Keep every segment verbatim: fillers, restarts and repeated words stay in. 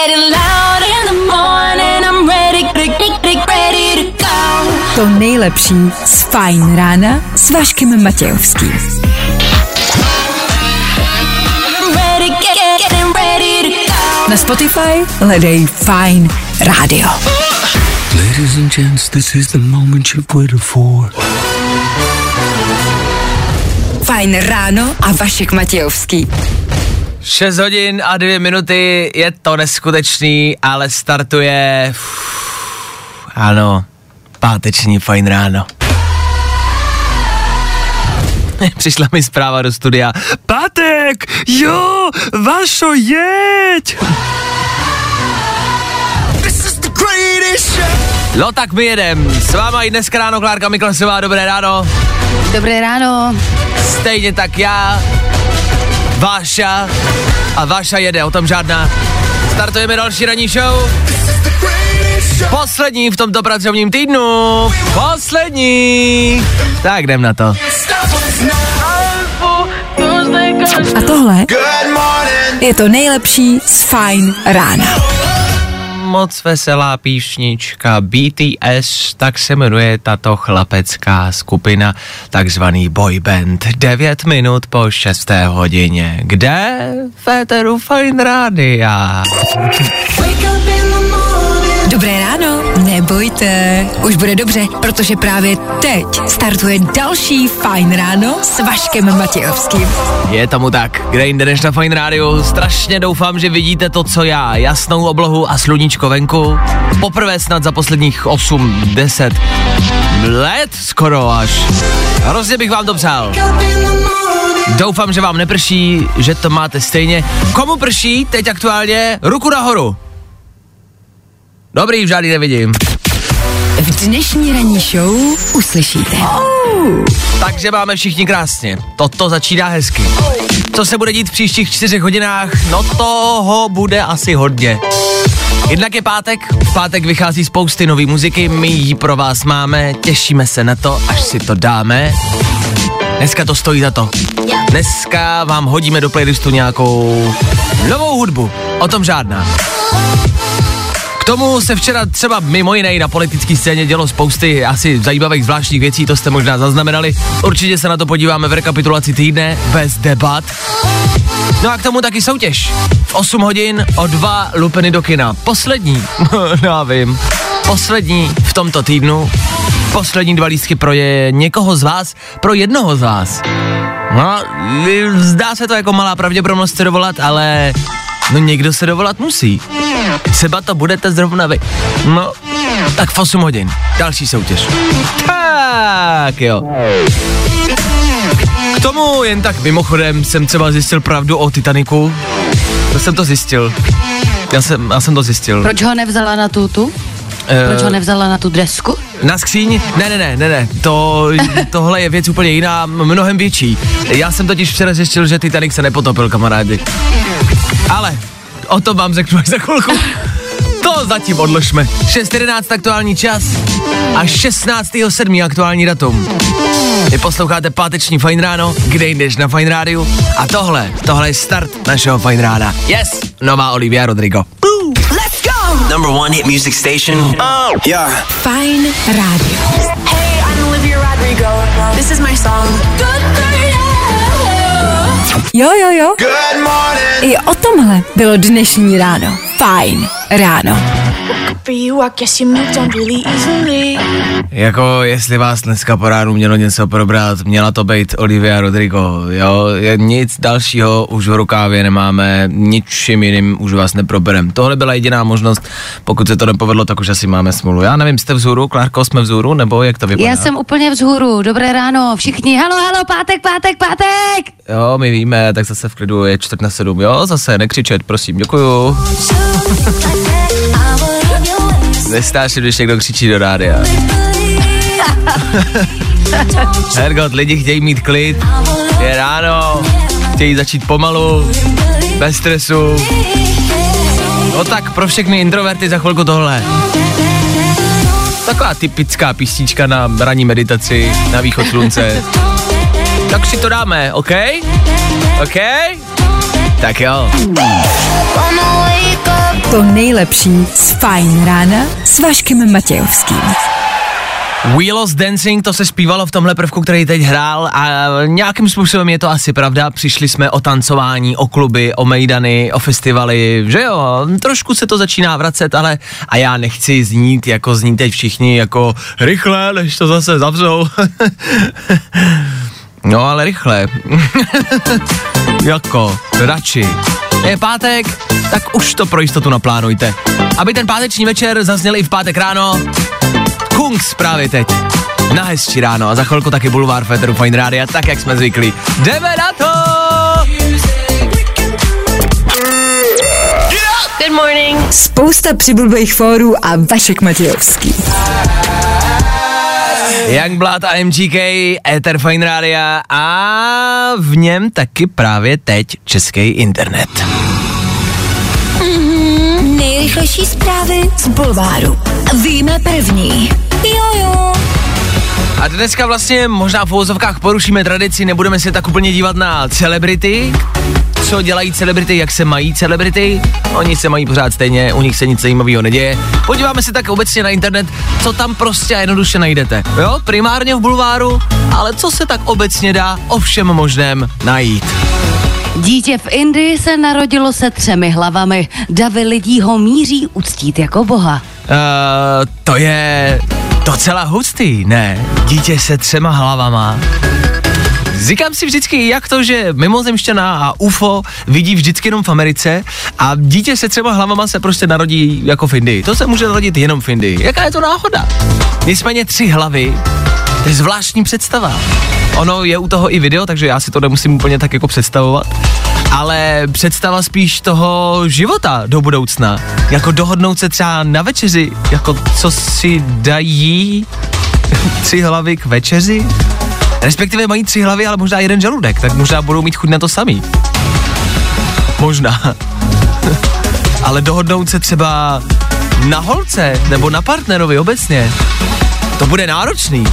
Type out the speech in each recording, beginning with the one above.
To nejlepší z Fajn rána s Vaškem Matějovským. Na Spotify hledej Fajn rádio. Ladies and gents, this is the moment you've waited for. Fajn ráno a Vašek Matějovský. šest hodin a dvě minuty, je to neskutečný, ale startuje, uf, ano, páteční Fajn ráno. Přišla mi zpráva do studia. Pátek, jo, Vašo, jeď! No tak my jedem, s váma i dneska ráno Klárka Miklasová, dobré ráno. Dobré ráno. Stejně tak já, Váša a Váša jede, o tom žádná. Startujeme další ranní show. Poslední v tomto pracovním týdnu. Poslední. Tak jdem na to. A tohle je to nejlepší z Fajn rána. Moc veselá píšnička B T S, tak se jmenuje tato chlapecká skupina, takzvaný boyband. Devět minut po šesté hodině. Kde? V éteru Fajn rádia. Dobré ráno, nebojte, už bude dobře, protože právě teď startuje další Fajn ráno s Vaškem Matějovským. Je tomu tak, kde jinde než na Fajn rádiu. Strašně doufám, že vidíte to, co já, jasnou oblohu a sluníčko venku. Poprvé snad za posledních osm deset let, skoro až. Hrozně bych vám to přál. Doufám, že vám neprší, že to máte stejně. Komu prší teď aktuálně? Ruku nahoru. Dobrý, žádný nevidím. V dnešní ranní show uslyšíte. Oh. Takže máme všichni krásně. Toto začíná hezky. Co se bude dít v příštích čtyřech hodinách? No toho bude asi hodně. Jednak je pátek, v pátek vychází spousty nový muziky, my ji pro vás máme, těšíme se na to, až si to dáme. Dneska to stojí za to. Dneska vám hodíme do playlistu nějakou novou hudbu, o tom žádná. K tomu se včera třeba mimo jiné na politické scéně dělo spousty asi zajímavých zvláštních věcí, to jste možná zaznamenali. Určitě se na to podíváme v rekapitulaci týdne, bez debat. No a k tomu taky soutěž. V osm hodin o dva lupeny do kina. Poslední, no já vím, poslední v tomto týdnu. Poslední dva lístky pro je někoho z vás, pro jednoho z vás. No, zdá se to jako malá pravděpodobnost se dovolat, ale no někdo se dovolat musí. Třeba to budete zrovna vy. No, tak v osm hodin. Další soutěž. Tak jo. K tomu jen tak mimochodem jsem třeba zjistil pravdu o Titaniku. To jsem to zjistil. Já jsem, já jsem to zjistil. Proč ho nevzala na tu tu? Proč ho nevzala na tu desku? Na skříň? Ne, ne, ne, ne, ne. To, tohle je věc úplně jiná, mnohem větší. Já jsem totiž včera zjistil, že Titanic se nepotopil, kamarádi. Ale o tom vám řeknu až za chvilku. To zatím odložme. šest jedenáct aktuální čas a šestnáctého sedmého aktuální datum. Vy posloucháte páteční Fajn ráno, kde jdeš na Fajn rádiu. A tohle, tohle je start našeho Fajn rána. Yes, nová Olivia Rodrigo. Let's go! Number one hit music station. Oh, yeah. Fajn rádio. Hey, I'm Olivia Rodrigo. This is my song. Good for you. Jo, jo, jo. Good morning. I o tomhle bylo dnešní ráno. Fajn ráno. Jako jestli vás dneska po ránu mělo něco probrat, měla to být Olivia Rodrigo, jo, nic dalšího už v rukávě nemáme, ničím jiným už vás neproberem. Tohle byla jediná možnost, pokud se to nepovedlo, tak už asi máme smůlu. Já nevím, jste vzhůru, Klárko, jsme vzhůru, nebo jak to vypadá? Já jsem úplně vzhůru, dobré ráno, všichni, halo, halo, pátek, pátek, pátek! Jo, my víme, tak zase v klidu je čtvrt na sedm, jo, zase nekřičet, prosím, děkuju. Nestáš, když někdo křičí do rádia. Hergot, lidi chtějí mít klid, je ráno, chtějí začít pomalu, bez stresu. No tak pro všechny introverty za chvilku tohle. Taková typická písnička na ranní meditaci, na východ slunce. Tak si to dáme, OK? OK? Tak jo. To nejlepší z Fajn rána s Vaškem Matějovským. We Lost Dancing, to se zpívalo v tomhle prvku, který teď hrál a nějakým způsobem je to asi pravda. Přišli jsme o tancování, o kluby, o mejdany, o festivaly, že jo, trošku se to začíná vracet, ale a já nechci znít, jako zní teď všichni, jako rychle, než to zase zavřou. No ale rychle. Jako, radši. Je pátek, tak už to pro jistotu naplánujte. Aby ten páteční večer zazněl i v pátek ráno, Kungs právě teď. Na hezčí ráno a za chvilku taky Bulvár Féteru Fajn rádia, tak jak jsme zvyklí. Jdeme na to! Good morning. Spousta přibulbých fórů a Vašek Matějovský. Youngblood a M G K, Éter Fajn rádia a v něm taky právě teď český internet. Mm-hmm, nejrychlejší zprávy z Bulváru. Víme první. Jojo. A dneska vlastně možná v uvozovkách porušíme tradici, nebudeme se tak úplně dívat na celebrity, co dělají celebrity, jak se mají celebrity, oni se mají pořád stejně, u nich se nic zajímavého neděje. Podíváme se tak obecně na internet, co tam prostě jednoduše najdete, jo, primárně v Bulváru, ale co se tak obecně dá o všem možném najít. Dítě v Indii se narodilo se třemi hlavami. Davy lidí ho míří uctít jako boha. Uh, to je docela hustý, ne? Dítě se třema hlavama. Říkám si vždycky, jak to, že mimozemšťana a U F O vidí vždycky jenom v Americe a dítě se třema hlavama se prostě narodí jako v Indii. To se může narodit jenom v Indii. Jaká je to náhoda? Nicméně tři hlavy, to je zvláštní představa. Ono je u toho i video, takže já si to nemusím úplně tak jako představovat. Ale představa spíš toho života do budoucna. Jako dohodnout se třeba na večeři, jako co si dají tři hlavy k večeři. Respektive mají tři hlavy, ale možná jeden žaludek, tak možná budou mít chuť na to samý. Možná. Ale dohodnout se třeba na holce nebo na partnerovi obecně, to bude náročný.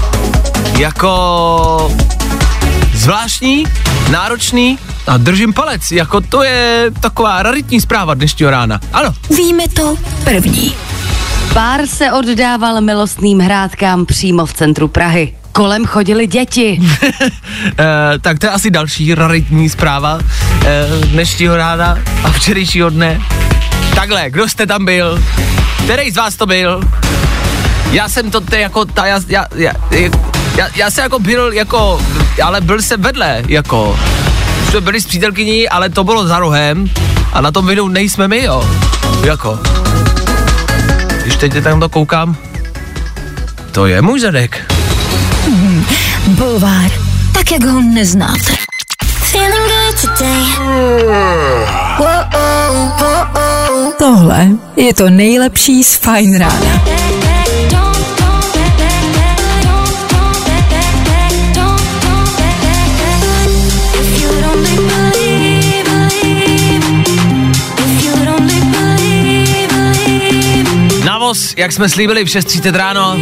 Jako zvláštní, náročný a držím palec, jako to je taková raritní zpráva dnešního rána. Ano. Víme to první. Pár se oddával milostným hrádkám přímo v centru Prahy. Kolem chodili děti. e, tak to je asi další raritní zpráva e, dnešního rána a včerejšího dne. Takhle, kdo jste tam byl? Který z vás to byl? Já jsem to, to jako, ta, já, já, já, já, já jsem jako byl jako, ale byl jsem vedle, jako. Jsme byli s přítelkyní, ale to bylo za rohem a na tom videu nejsme my, jo. Jako. Když teď tam to koukám, to je můj zadek. Hmm, Bulvár, tak jak ho neznáte. Tohle je to nejlepší z Fajn rána. Navoz, jak jsme slíbili v šest třicet ráno.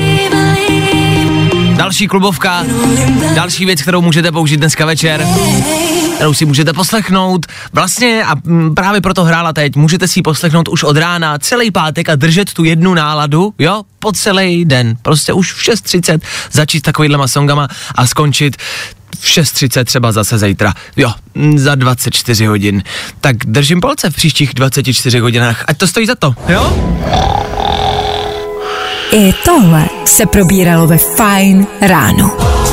Další klubovka, další věc, kterou můžete použít dneska večer, kterou si můžete poslechnout. Vlastně a právě proto hrála teď, můžete si ji poslechnout už od rána celý pátek a držet tu jednu náladu, jo, po celý den. Prostě už v šest třicet začít takovýhlema songama a skončit v šest třicet třeba zase zítra, jo, za dvacet čtyři hodin. Tak držím palce v příštích dvaceti čtyřech hodinách, ať to stojí za to, jo? I tohle se probíralo ve Fajn ráno.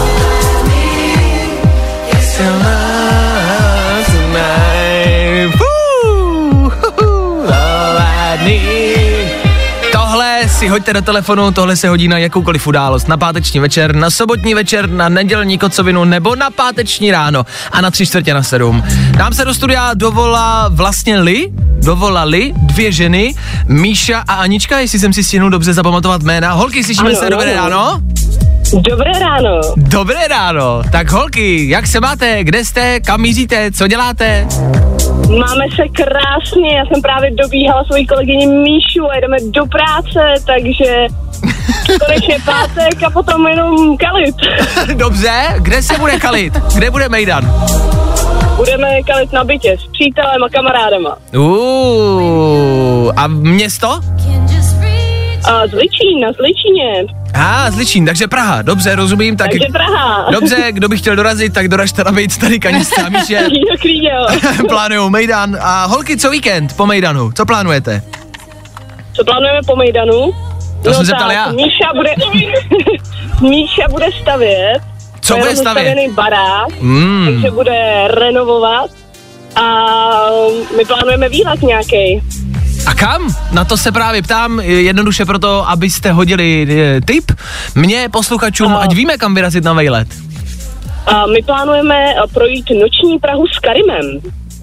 Tohle si hoďte do telefonu, tohle se hodí na jakoukoliv událost, na páteční večer, na sobotní večer, na nedělní kocovinu nebo na páteční ráno a na tři čtvrtě na sedm. Nám se do studia dovolá vlastně li, dovolali dvě ženy, Míša a Anička, jestli jsem si stihnul dobře zapamatovat jména. Holky, slyšíme se, dobré ráno? Dobré ráno. Dobré ráno. Tak holky, jak se máte, kde jste, kam míříte, co děláte? Máme se krásně, já jsem právě dobíhala svoji kolegyni Míšu a jdeme do práce, takže konečně pátek a potom jenom kalit. Dobře, kde se bude kalit? Kde bude mejdan? Budeme kalit na bytě s přítelem a kamarádama. Uuu, A město? A Zličín, na Zličíně. A, ah, Zličín, takže Praha, dobře, rozumím. Tak, takže Praha. Dobře, kdo by chtěl dorazit, tak doražte na Mejc tady Kanice a Míše. Plánujou Mejdan. A holky, co víkend po Mejdanu? Co plánujete? Co plánujeme po Mejdanu? To no jsem se ptal já. Míša bude, Míša bude stavět. Co bude stavět? barák, mm. takže bude renovovat a my plánujeme výlet nějaký. A kam? Na to se právě ptám, jednoduše proto, abyste hodili e, tip mě, posluchačům, a... ať víme, kam vyrazit na výlet. A my plánujeme projít noční Prahu s Karimem.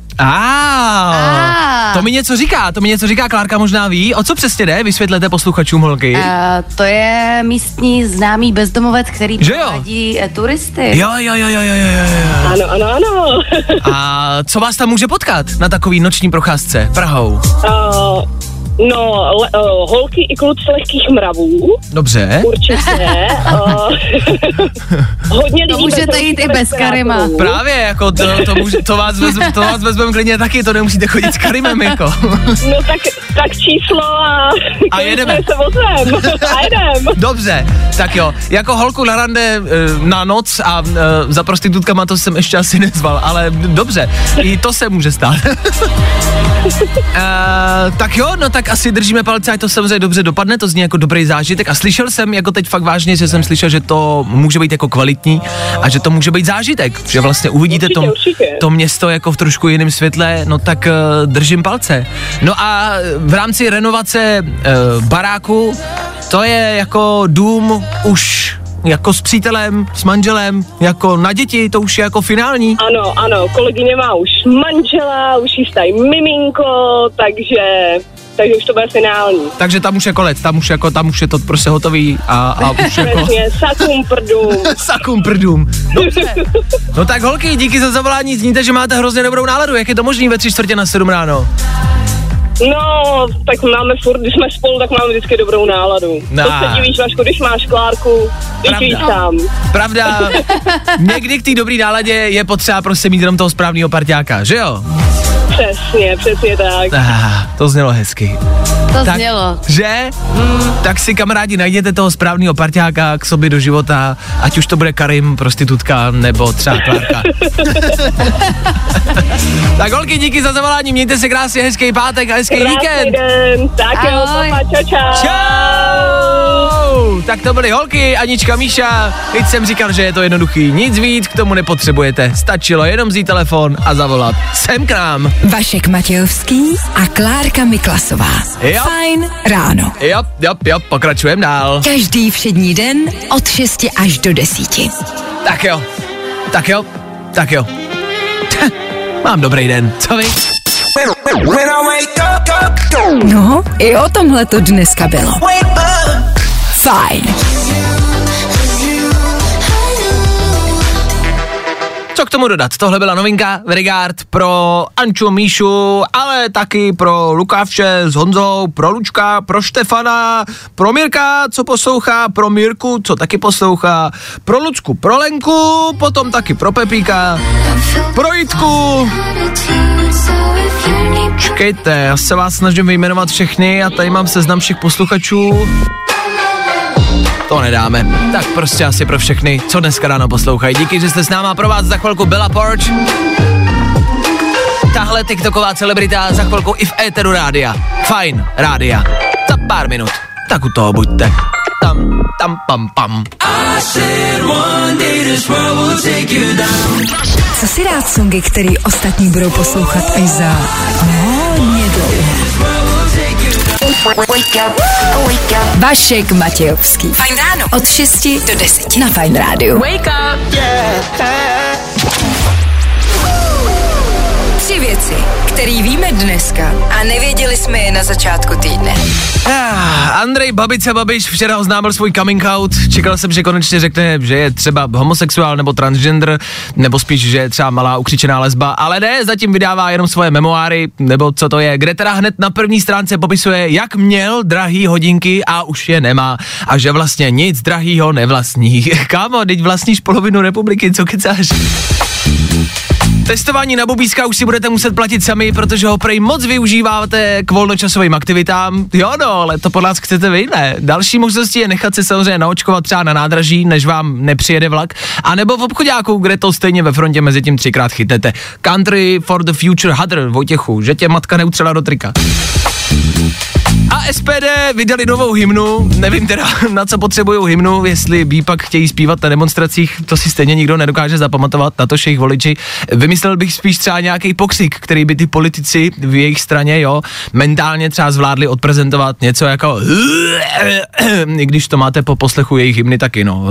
Ah, to mi něco říká, to mi něco říká, Klárka možná ví. O co přesně jde? Vysvětlete posluchačům, holky. Uh, to je místní známý bezdomovec, který provádí turisty. Jo, jo, jo, jo, jo, jo, jo. Ano, ano, ano. A co vás tam může potkat na takový noční procházce Prahou? Uh, no, le, uh, holky i kluci lehkých mravů. Dobře. Určitě. Uh, hodně lidí. To můžete jít i bez Karima. Právě, jako to, to, může, to vás vezmeme to vás vezmem klidně taky, to nemusíte chodit s Karimem, jako. No tak, tak číslo a... A jedeme. Se vozem. A jedem. Dobře, tak jo, jako holku na rande na noc a za prostitutkama to jsem ještě asi nezval, ale dobře, i to se může stát. Uh, tak jo, no tak asi držíme palce, ať to samozřejmě dobře dopadne, to zní jako dobrý zážitek a slyšel jsem jako teď fakt vážně, že jsem slyšel, že to může být jako kvalitní a že to může být zážitek, že vlastně uvidíte určitě, to, určitě. to město jako v trošku jiném světle, no tak uh, držím palce. No a v rámci renovace uh, baráku, to je jako dům už jako s přítelem, s manželem, jako na děti, to už je jako finální. Ano, ano, kolegyně má už manžela, už jí stají miminko, takže, takže už to bude finální. Takže tam už je konec, tam už jako, tam už je to prostě hotový a, a už jako... Přesně, sakum prdům. Sakum prdům. Dobře. No tak holky, díky za zavolání, zníte, že máte hrozně dobrou náladu, jak je to možný ve tři čtvrtě na sedm ráno? No, tak máme furt, když jsme spolu, tak máme vždycky dobrou náladu. No. To se divíš, Vašku, když máš Klárku, když víš sám. Pravda, někdy k té dobrý náladě je potřeba prostě mít jenom toho správného parťáka, že jo? Přesně, přesně tak. Ah, to znělo hezky. To tak, znělo. Že? Hmm. Tak si kamarádi najděte toho správného parťáka k sobě do života, ať už to bude Karim, prostitutka, nebo třeba Klárka. Tak holky, díky za zavolání, mějte se krásně, hezký pátek a hezký Krásný víkend. Den. Tak jo, papa, čau, čau. Čau. Tak to byly holky, Anička, Míša. Teď jsem říkal, že je to jednoduchý, nic víc k tomu nepotřebujete. Stačilo jenom vzít telefon a zavolat sem k nám. Vašek Matějovský a Klárka Miklasová. Jo. Fajn ráno. Jo, jo, jo, pokračujeme dál. Každý všední den od šesti až do desíti. Tak jo, tak jo, tak jo. Mám dobrý den, co vy? No, i o tomhle to dneska bylo. Fajn. Co k tomu dodat? Tohle byla novinka v regard pro Anču, Míšu, ale taky pro Lukáše s Honzou, pro Lučka, pro Štefana, pro Mirka, co poslouchá, pro Mirku, co taky poslouchá, pro Lucku, pro Lenku, potom taky pro Pepíka, pro Jitku. Čekejte, já se vás snažím vyjmenovat všechny a tady mám seznam všech posluchačů. To nedáme. Tak prostě asi pro všechny, co dneska ráno poslouchají. Díky, že jste s náma, pro vás za chvilku Bella Porch. Tahle tiktoková celebrita za chvilku i v éteru rádia. Fajn rádia. Za pár minut. Tak u toho buďte. Tam, tam, pam, pam. Co si rád songy, který ostatní budou poslouchat až za hodně dlouho. Vašek Matějovský. Fajn ráno. Od šesti do deseti na Fajn rádiu. Wake up. Yeah. Tři věci, které víme dneska a nevěděli jsme je na začátku týdne. Ah, Andrej Babice Babiš včera oznámil svůj coming out. Čekal jsem, že konečně řekne, že je třeba homosexuál nebo transgender, nebo spíš, že je třeba malá ukřičená lesba, ale ne, zatím vydává jenom svoje memoáry, nebo co to je, kde teda hned na první stránce popisuje, jak měl drahý hodinky a už je nemá a že vlastně nic drahýho nevlastní. Kámo, teď vlastníš polovinu republiky, co kecáš? Testování na bubíska už si budete muset platit sami, protože ho prej moc využíváte k volnočasovým aktivitám. Jo no, ale to pod nás chcete vy, ne? Další možností je nechat se samozřejmě naočkovat třeba na nádraží, než vám nepřijede vlak, anebo v obchodáku, kde to stejně ve frontě mezi tím třikrát chytnete. Country for the future Hadr, Vojtěchu, že tě matka neutřela do trika. A S P D vydali novou hymnu, nevím teda, na co potřebujou hymnu, jestli by pak chtějí zpívat na demonstracích, to si stejně nikdo nedokáže zapamatovat, na to jejich voliči. Vymyslel bych spíš třeba nějaký poksik, který by ty politici v jejich straně, jo, mentálně třeba zvládli odprezentovat něco jako i když to máte po poslechu jejich hymny taky, no.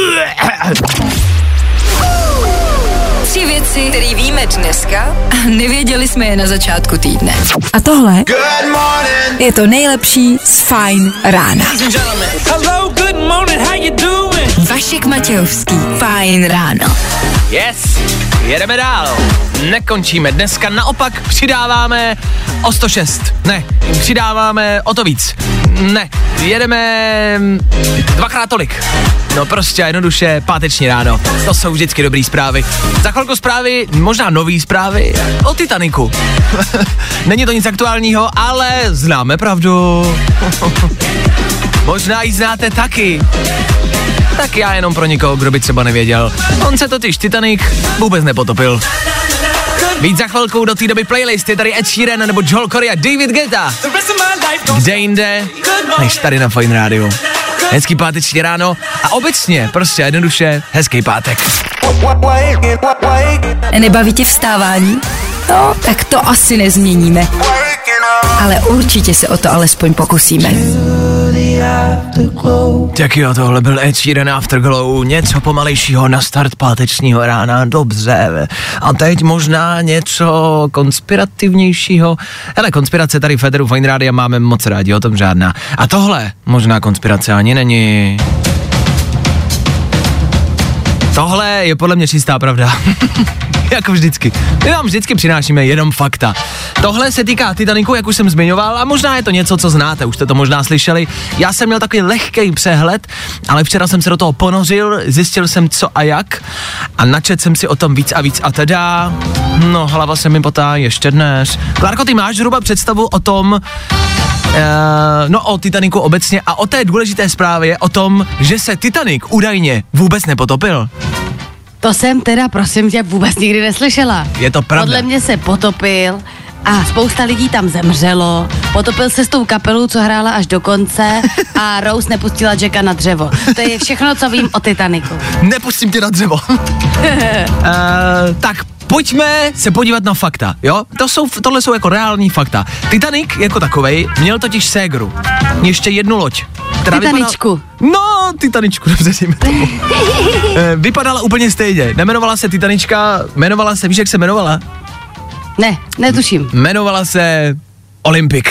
Tři věci, které víme dneska a nevěděli jsme je na začátku týdne. A tohle je to nejlepší z Fajn rána. Hello, good morning, how you doing? Vašek Matějovský, Fajn ráno. Yes, jedeme dál. Nekončíme dneska, naopak přidáváme o sto šest. Ne, přidáváme o to víc. Ne, jedeme dvakrát tolik. No prostě jednoduše páteční ráno. To jsou vždycky dobrý zprávy. Za chvilku zprávy, možná nový zprávy o Titaniku. Není to nic aktuálního, ale známe pravdu. Možná ji znáte taky. Tak já jenom pro někoho, kdo by třeba nevěděl. On se totiž Titanic vůbec nepotopil. Víc za chvilku do té doby playlist je tady Ed Sheeran nebo Joel Corey a David Guetta. Kde jinde, než tady na Fajn rádiu. Hezký páteční ráno a obecně, prostě jednoduše, hezký pátek. Nebaví tě vstávání? No, tak to asi nezměníme. Ale určitě se o to alespoň pokusíme. Tak jo, tohle byl Ed Sheeran Afterglow, něco pomalejšího na start pátečního rána, dobře. A teď možná něco konspirativnějšího. Hele, konspirace tady v Federu Fajn rádia máme moc rádi, o tom žádná. A tohle možná konspirace ani není. Tohle je podle mě čistá pravda. Jako vždycky. My vám vždycky přinášíme jenom fakta. Tohle se týká Titaniku, jak už jsem zmiňoval, a možná je to něco, co znáte, už jste to možná slyšeli. Já jsem měl takový lehký přehled, ale včera jsem se do toho ponořil, zjistil jsem co a jak a načet jsem si o tom víc a víc a teda, no hlava se mi potá ještě dnes. Klárko, ty máš zhruba představu o tom, Uh, no o Titaniku obecně a o té důležité zprávě o tom, že se Titanic údajně vůbec nepotopil. To jsem teda, prosím tě, vůbec nikdy neslyšela. Je to pravda. Podle mě se potopil a spousta lidí tam zemřelo. Potopil se s tou kapelou, co hrála až do konce a Rose nepustila Jacka na dřevo. To je všechno, co vím o Titaniku. Nepustím tě na dřevo. uh, tak pojďme se podívat na fakta, jo? To jsou, tohle jsou jako reální fakta. Titanic jako takovej měl totiž ségru. Ještě jednu loď. Titaničku. Vypadala, no, Titaničku, dobře si tomu. e, vypadala úplně stejně. Nemenovala se Titanička, jmenovala se, víš, jak se jmenovala? Ne, netuším. Jmenovala se Olympic.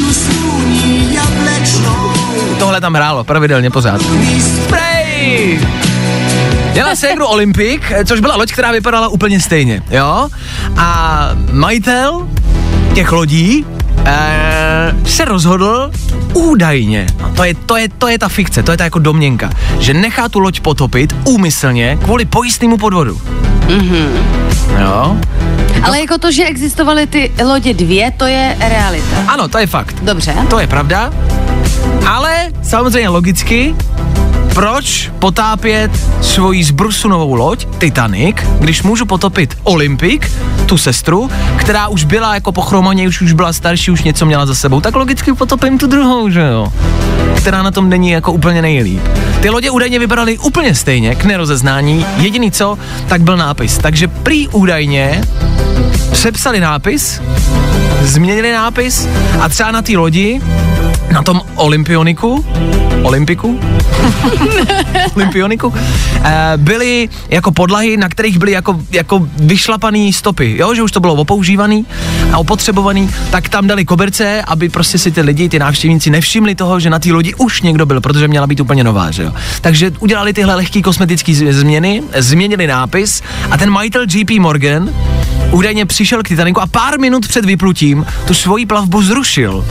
Tohle tam hrálo pravidelně pořád. Spray! Měla ségru Olympic, což byla loď, která vypadala úplně stejně, jo? A majitel těch lodí eh, se rozhodl údajně, no to je, to, je, to je ta fikce, to je ta jako domněnka, že nechá tu loď potopit úmyslně kvůli pojistnému podvodu. Mhm. Jo? Ale jako to, že existovaly ty lodě dvě, to je realita. Ano, to je fakt. Dobře. To je pravda, ale samozřejmě logicky, proč potápět svoji zbrusunovou loď Titanic, když můžu potopit Olympic, tu sestru, která už byla jako pochromaně, už, už byla starší, už něco měla za sebou, tak logicky potopím tu druhou, že jo? Která na tom není jako úplně nejlíp. Ty lodě údajně vypadaly úplně stejně, k nerozeznání, jediný co, tak byl nápis. Takže prý údajně přepsali nápis, změnili nápis a třeba na té lodi, na tom Olympioniku, Olympiku, Olympioniku, eh, byly jako podlahy, na kterých byly jako, jako vyšlapaný stopy, jo, že už to bylo opoužívaný a opotřebovaný, tak tam dali koberce, aby prostě si ty lidi, ty návštěvníci nevšimli toho, že na té lodi už někdo byl, protože měla být úplně nová, že jo. Takže udělali tyhle lehký kosmetický změny, změnili nápis a ten majitel J P Morgan údajně přišel k Titaniku a pár minut před vyplutím tu svoji plavbu zrušil.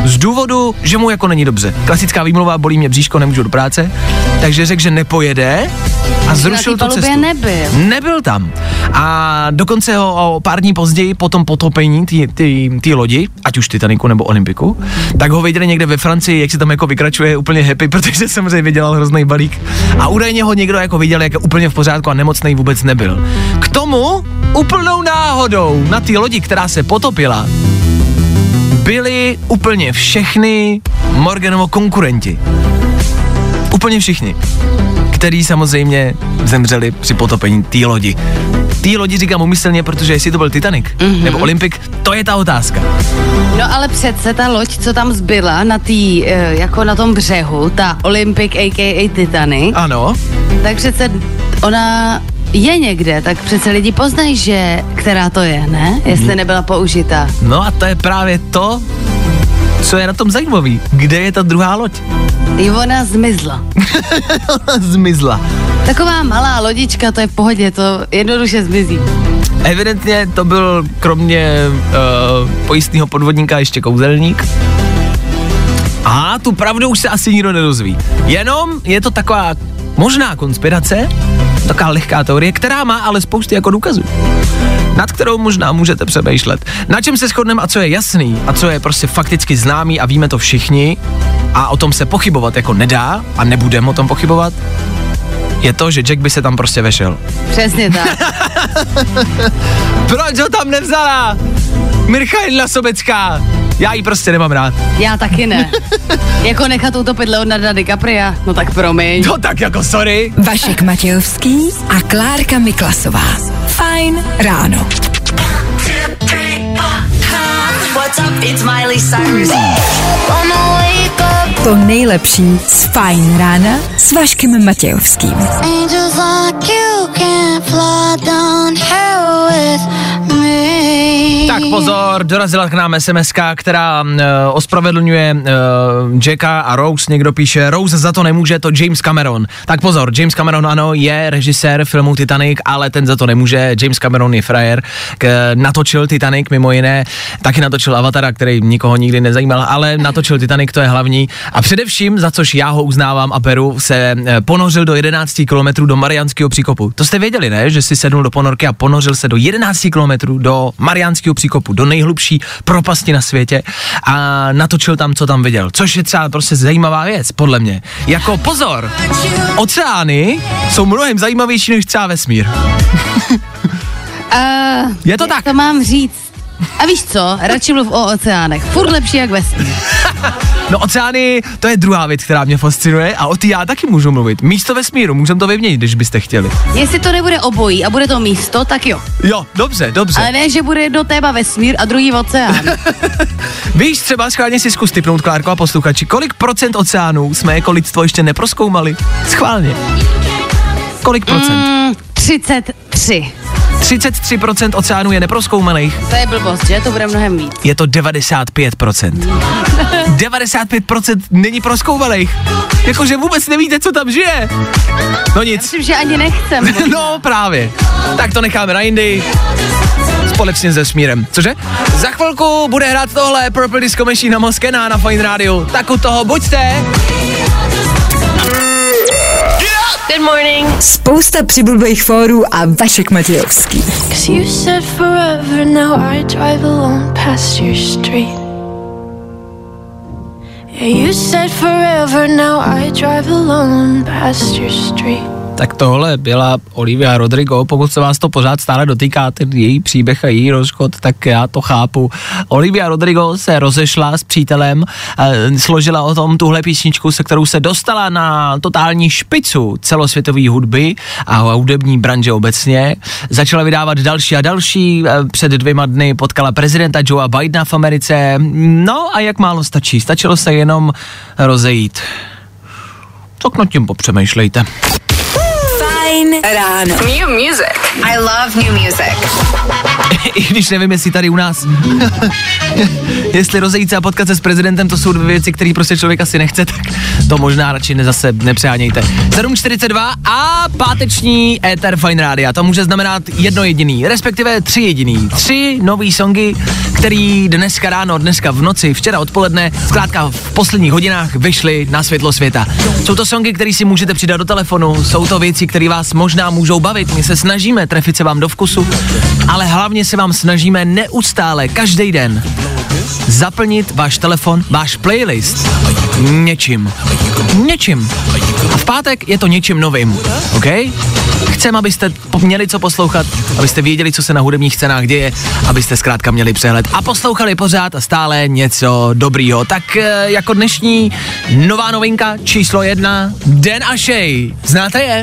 Z důvodu, že mu jako není dobře. Klasická výmluva, bolí mě bříško, nemůžu do práce. Takže řekl, že nepojede a zrušil tu cestu. Nebyl. Nebyl tam. A dokonce ho o pár dní později po tom potopení té lodi, ať už Titaniku nebo Olympiku, tak ho viděli někde ve Francii, jak se tam jako vykračuje úplně happy, protože samozřejmě vydělal hrozný balík. A údajně ho někdo jako viděl, jak je úplně v pořádku a nemocnej vůbec nebyl. K tomu úplnou náhodou na té lodi, která se potopila, byli úplně všechny Morganovo konkurenti. Úplně všichni, který samozřejmě zemřeli při potopení té lodi. Té lodi říkám umyslně, protože jestli to byl Titanic mm-hmm. nebo Olympic, to je ta otázka. No ale přece ta loď, co tam zbyla na tý, jako na tom břehu, ta Olympic a ká a Titanic. Ano. Tak přece ona je někde, tak přece lidi poznají, že která to je, ne? Jestli nebyla použita. No a to je právě to, co je na tom zajímavý. Kde je ta druhá loď? I ona zmizla. Zmizla. Taková malá lodička, to je v pohodě, to jednoduše zmizí. Evidentně to byl kromě uh, pojistného podvodníka ještě kouzelník. A tu pravdu už se asi nikdo nedozví. Jenom je to taková možná konspirace, taková lehká teorie, která má ale spousty jako důkazů, nad kterou možná můžete přemýšlet. Na čem se shodneme a co je jasný a co je prostě fakticky známý a víme to všichni a o tom se pochybovat jako nedá a nebudeme o tom pochybovat, je to, že Jack by se tam prostě vešel. Přesně tak. Proč ho tam nevzala? Mirchaila Sobecká. Já ji prostě nemám rád. Já taky ne. Jako nechat utopit Leonarda DiCapria, no tak promiň. No tak jako sorry. Vašek Matějovský a Klárka Miklasová. Fajn ráno. What's up? It's Miley Cyrus. To nejlepší z Fajn rána s Vaškem Matějovským. Tak pozor, dorazila k nám es em eska, která uh, ospravedlňuje uh, Jacka a Rose. Někdo píše, Rose za to nemůže, to James Cameron. Tak pozor, James Cameron ano, je režisér filmu Titanic, ale ten za to nemůže. James Cameron je frajer, k, natočil Titanic mimo jiné, taky natočil Avatara, který nikoho nikdy nezajímal, ale natočil Titanic, to je hlavní. A především, za což já ho uznávám a beru, se ponořil do jedenáct kilometrů do Mariánského příkopu. To jste věděli, ne? Že si sednul do ponorky a ponořil se do jedenáct kilometrů do Mariánského příkopu, do nejhlubší propasti na světě a natočil tam, co tam viděl. Což je třeba prostě zajímavá věc, podle mě. Jako pozor, oceány jsou mnohem zajímavější než třeba vesmír. uh, je to tak? To mám říct. A víš co, radši mluv o oceánech. Furt lepší jak vesmír. No oceány, to je druhá věc, která mě fascinuje a o ty já taky můžu mluvit. Místo vesmíru, můžeme to vyměnit, když byste chtěli. Jestli to nebude obojí a bude to místo, tak jo. Jo, dobře, dobře. Ale ne, že bude jedno téma vesmír a druhý oceán. Víš, třeba schválně si zkus tipnout, Klárko a posluchači, kolik procent oceánů jsme jako lidstvo ještě neprozkoumali? Schválně. Kolik procent? Mm, třicet tři. třicet tři procent oceánů je neprozkoumaných. To je blbost, že? To bude mnohem víc. Je to devadesát pět procent. devadesát pět procent není prozkoumaných. Jakože vůbec nevíte, co tam žije. No nic. Myslím, že ani nechcem. No právě. Tak to necháme na jindy. Společně se vesmírem. Cože? Za chvilku bude hrát tohle Purple Disco Machine na Moskena na Fine Radio. Tak u toho buďte. Good morning. Spousta přibulbých fórů a Vašek Matějovský. You said forever, now I drive alone past your street. Yeah, you said forever, now I drive alone past your street. Tak tohle byla Olivia Rodrigo, pokud se vás to pořád stále dotýká, ten její příběh a její rozchod, tak já to chápu. Olivia Rodrigo se rozešla s přítelem, e, složila o tom tuhle písničku, se kterou se dostala na totální špicu celosvětové hudby a hudební branže obecně. Začala vydávat další a další, e, před dvěma dny potkala prezidenta Joea Bidena v Americe, no a jak málo stačí, stačilo se jenom rozejít. Tak nad tím popřemýšlejte. Fajn ráno. New music. I love new music. I když nevím, jestli tady u nás, jestli rozejít se a potkat se s prezidentem, to jsou dvě věci, které prostě člověk asi nechce, tak to možná radši ne zase nepřehánějte. sedm čtyřicet dva a páteční éter Fajn rádia. To může znamenat jedno jediný, respektive tři jediný. Tři nový songy, který dneska ráno, dneska v noci, včera odpoledne, zkrátka v posledních hodinách vyšly na světlo světa. Jsou to songy, které si můžete přidat do telefonu, jsou to věci, které vás možná můžou bavit. My se snažíme trefit se vám do vkusu, ale hlavně se vám snažíme neustále, každý den zaplnit váš telefon, váš playlist něčím. Něčím. A v pátek je to něčím novým, OK? Chcem, abyste měli co poslouchat, abyste věděli, co se na hudebních scénách děje, abyste zkrátka měli přehled a poslouchali pořád a stále něco dobrýho. Tak jako dnešní nová novinka číslo jedna, Dan a Shay. Znáte je?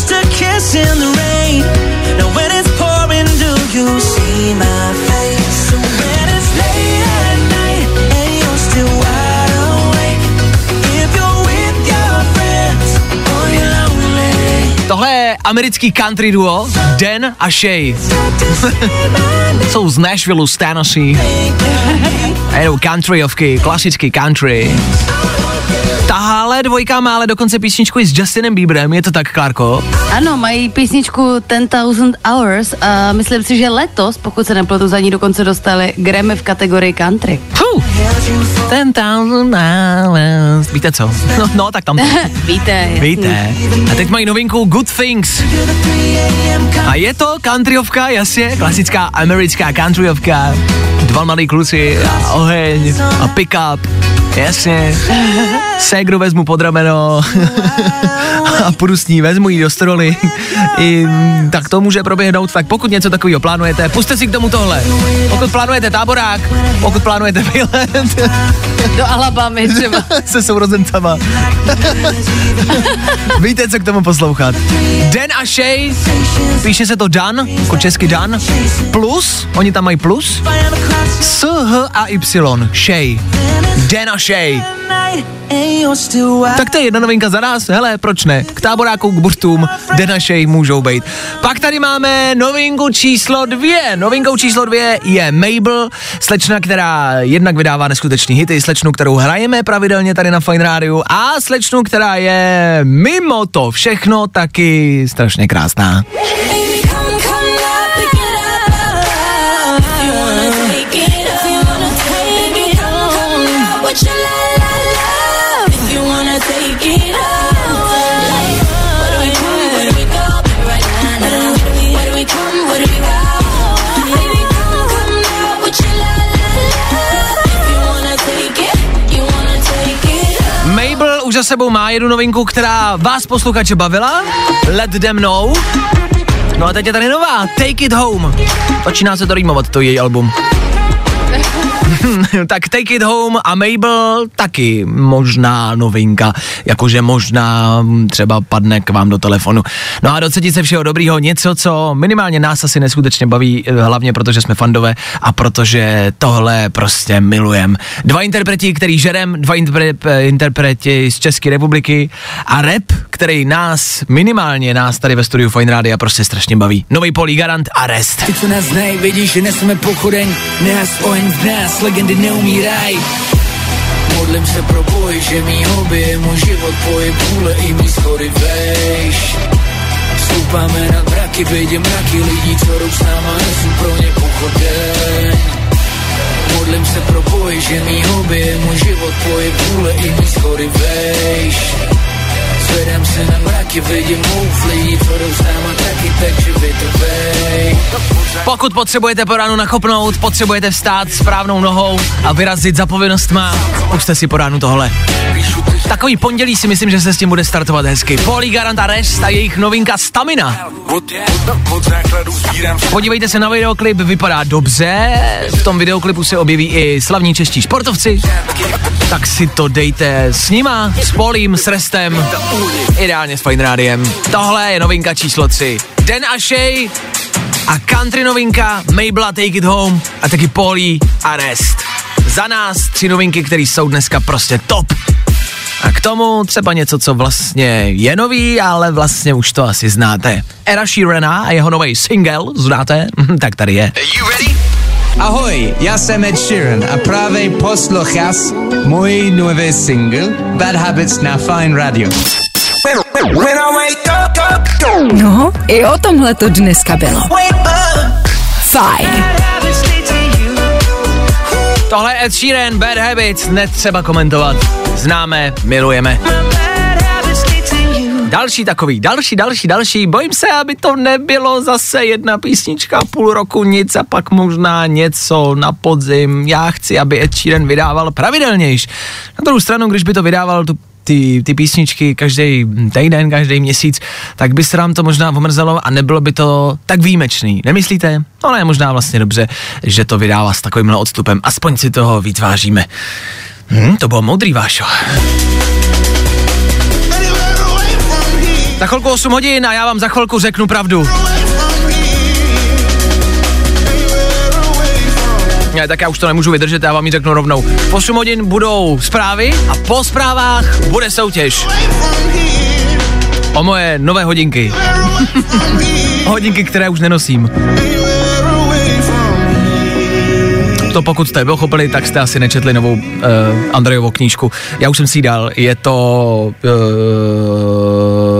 Tohle je americký country duo Dan a Shay. Jsou z Nashville, z Tennessee. A jedou countryovky, klasický country. Tahle dvojka má ale dokonce písničku i s Justinem Bieberem, je to tak, Klárko? Ano, mají písničku ten thousand hours a myslím si, že letos, pokud se nepletu, za ní dokonce dostali Grammy v kategorii country. Fuh. ten thousand hours. Víte co? No, no tak tam to. Víte. Víte. A teď mají novinku Good Things. A je to countryovka, jasně, klasická americká countryovka. Dva mladý kluci a oheň a pick-up. Jasně. Ségru vezmu pod rameno a půjdu s ní, vezmu jí do stroly. I tak to může proběhnout. Tak pokud něco takového plánujete, puste si k tomu tohle. Pokud plánujete táborák, pokud plánujete výlet do Alabamy třeba se sourozencama. Víte, co k tomu poslouchat. Dan a Shay, píše se to Dan, jako česky Dan, plus, oni tam mají plus, S, H a Y, Shay. Dan a Shay. Tak to je jedna novinka za nás, hele, proč ne? K táboráku, k burtům, Dan a Shay můžou být. Pak tady máme novinku číslo dvě. Novinkou číslo dvě je Mabel, slečna, která jednak vydává neskutečný hity, slečnu, kterou hrajeme pravidelně tady na Fajn rádiu a slečnu, která je mimo to všechno taky strašně krásná. Mabel už za sebou má jednu novinku, která vás posluchače bavila. Let them know. No a teď je tady nová, Take It Home. Začíná se to rýmovat, to její album. Tak Take It Home a Mabel taky možná novinka, jakože možná třeba padne k vám do telefonu. No a docetí se všeho dobrýho, něco, co minimálně nás asi neskutečně baví, hlavně protože jsme fandové a protože tohle prostě milujem. Dva interpreti, který žerem, dva interpre- interpreti z České republiky a rap, který nás, minimálně nás tady ve studiu Fajn rádia prostě strašně baví. Nový Polý Garant a Rest. Ty, co nás znají, vědí, že nesme pochodeň, nás oheň v nás, legendy neumíraj. Modlím se pro boj, že mý hobby je můj život, poje půle i mý schody vejš. Stoupáme nad mraky, vidím mraky lidí, co jdou s náma, nesou pro ně pochodeň. Modlím se pro boj, že mý hobby je můj život, poje půle i mý schody vejš. Zvedám se na mraky, vidím mouf lidí, co jdou s náma taky, takže vytrvej. Pokud potřebujete po ránu nakopnout, potřebujete vstát správnou nohou a vyrazit za povinnostma, puste si po ránu tohle. Takový pondělí si myslím, že se s tím bude startovat hezky. Polý Garant a Rest a jejich novinka Stamina. Podívejte se na videoklip, vypadá dobře. V tom videoklipu se objeví i slavní čeští sportovci. Tak si to dejte s nima, s Polím, s Restem, ideálně s Fajn rádiem. Tohle je novinka číslo tři. Dan a Shay a country novinka Mabel a Take It Home a taky Polí a Rest. Za nás tři novinky, které jsou dneska prostě top. A k tomu třeba něco, co vlastně je nový, ale vlastně už to asi znáte. Eda Sheerana a jeho nový single, znáte? Tak tady je. Ahoj, já jsem Ed Sheeran a právě posloucháš můj nový single Bad Habits na Fine Radio. No, i o tomhle to dneska bylo. Fajn. Tohle je Ed Sheeran, Bad Habits, netřeba komentovat. Známe, milujeme. Další takový, další, další, další. Bojím se, aby to nebylo zase jedna písnička, půl roku nic a pak možná něco na podzim. Já chci, aby Ed Sheeran vydával pravidelnějš. Na druhou stranu, když by to vydával tu Ty, ty písničky každý týden, každý měsíc, tak by se nám to možná omrzelo a nebylo by to tak výjimečný. Nemyslíte? No ne, možná vlastně dobře, že to vydává s takovýmhle odstupem. Aspoň si toho vytváříme. Hm, to bylo moudrý, Vášo. Za chvilku osm hodin a já vám za chvilku řeknu pravdu. Ne, tak já už to nemůžu vydržet, já vám ji řeknu rovnou. V osm hodin budou zprávy a po zprávách bude soutěž. O moje nové hodinky. Hodinky, které už nenosím. To pokud jste pochopili, tak jste asi nečetli novou uh, Andrejovu knížku. Já už jsem si ji dal, je to... Uh,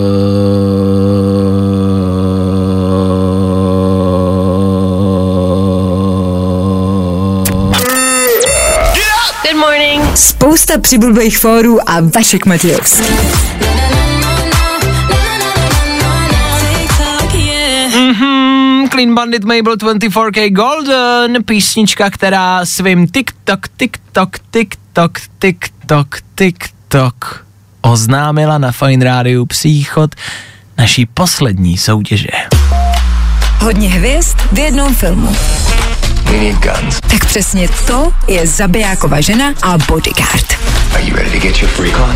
Spousta přibulbých fórů a Vašek Matějovský. Mm-hmm, Clean Bandit Mabel dvacet čtyři K Golden, písnička, která svým TikTok, TikTok, TikTok, TikTok, TikTok oznámila na Fine Rádiu příchod naší poslední soutěže. Hodně hvězd v jednom filmu. Tak přesně to je Zabijákova žena a Bodyguard. Are you ready to get your freak on?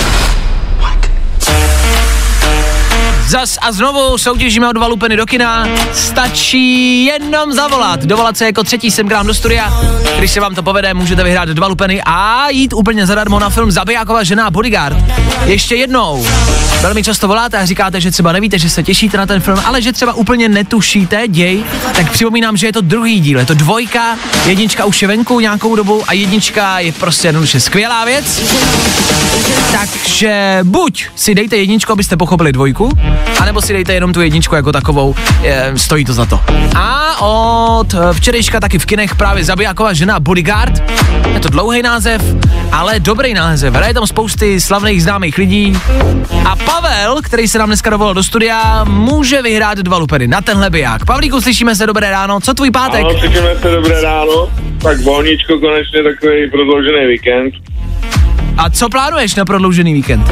Zas a znovu soutěžíme o dva lupeny do kina. Stačí jenom zavolat. Dovolat se jako třetí sem k nám do studia. Když se vám to povede, můžete vyhrát dva lupeny a jít úplně zadarmo na film Zabijákova žena a Bodyguard. Ještě jednou. Velmi často voláte a říkáte, že třeba nevíte, že se těšíte na ten film, ale že třeba úplně netušíte děj, tak připomínám, že je to druhý díl. Je to dvojka, jednička už je venku nějakou dobu a jednička je prostě jednoduše skvělá věc. Takže buď si dejte jedničku, abyste pochopili dvojku, anebo si dejte jenom tu jedničku jako takovou, je, stojí to za to. A od včerejška taky v kinech právě Zabijákova žena Bodyguard. Je to dlouhý název, ale dobrý název. Hraje tam spousty slavných známých lidí. A Pavel, který se nám dneska dovolal do studia, může vyhrát dva lupeny na tenhle biják. Pavlíku, slyšíme se, dobré ráno. Co tvůj pátek? Ano, slyšíme se, dobré ráno. Tak volníčko, konečně takový prodloužený víkend. A co plánuješ na prodloužený víkend?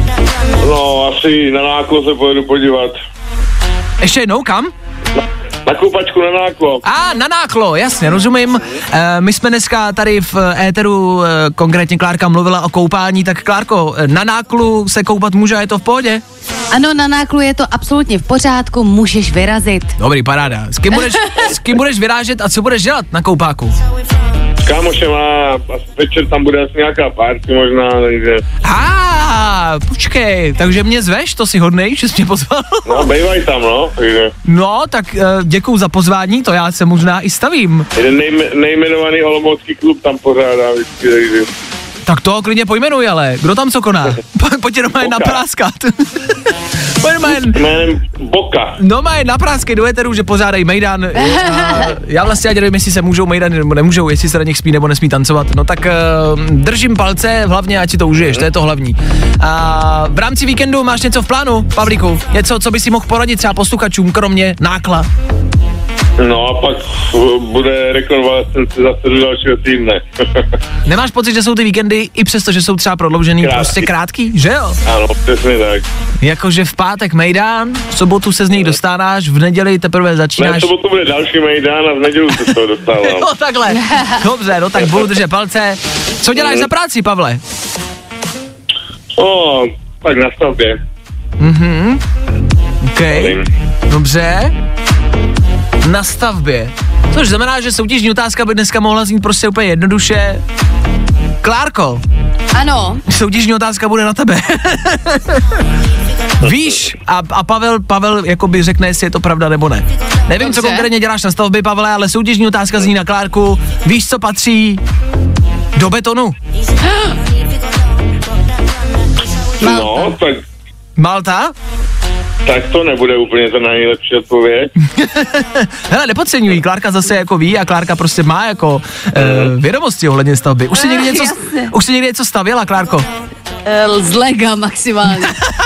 No, asi na Náklo se pojedu podívat. Ještě jednou, kam? Na, na koupačku na Náklo. A, na Náklo, jasně, rozumím. E, my jsme dneska tady v éteru, e, konkrétně Klárka mluvila o koupání, tak Klárko, na Náklu se koupat může a je to v pohodě? Ano, na Náklu je to absolutně v pořádku, můžeš vyrazit. Dobrý, paráda. S kým budeš, s kým budeš vyrážet a co budeš dělat na koupáku? S kámošem a večer tam bude asi nějaká party možná, takže... A, počkej, takže mě zveš, to si hodnej, že jsi mě pozval? No, bejvaj tam, no, takže... No, tak uh, děkuju za pozvání, to já se možná i stavím. Jeden nejme, nejmenovaný olomoucký klub tam pořádá vždycky, takže... Tak to klidně pojmenuj, ale kdo tam co koná? Pojď jenom jen napráskat. Pojď jen... Jménem Boka. No má jen naprásky do éteru, že pořádají mejdan. Já vlastně ani nevím, jestli se můžou mejdany nebo nemůžou, jestli se na nich smí nebo nesmí tancovat. No tak uh, držím palce, hlavně ať si to užiješ, to je to hlavní. A v rámci víkendu máš něco v plánu, Pavlíku? Něco, co by si mohl poradit třeba posluchačům, kromě Nákla? No a pak bude rekonvalescence zase do dalšího týdne. Nemáš pocit, že jsou ty víkendy, i přesto, že jsou třeba prodloužený, krátký. Prostě krátký, že jo? Ano, přesně tak. Jakože v pátek mejdán, v sobotu se z něj dostáváš, v neděli teprve začínáš. Ne, v sobotu bude další mejdán a v neděli se z toho dostávám. Jo, takhle. Dobře, no tak budu držet palce. Co děláš mm. za práci, Pavle? O, tak na stavbě. Mhm. OK. Dobře. Na stavbě. Což znamená, že soutěžní otázka by dneska mohla znít prostě úplně jednoduše. Klárko. Ano. Soutěžní otázka bude na tebe. Víš, a, a Pavel, Pavel jakoby řekne, jestli je to pravda nebo ne. Nevím, dobře, co konkrétně děláš na stavbě, Pavle, ale soutěžní otázka zní na Klárku. Víš, co patří do betonu? No, tak... Malta? Tak to nebude úplně to nejlepší odpověď. Hele, nepodceňují, Klárka zase jako ví a Klárka prostě má jako e, vědomosti ohledně stavby. Už si někdy něco, už si někdy něco stavěla, Klárko? Z lega maximálně.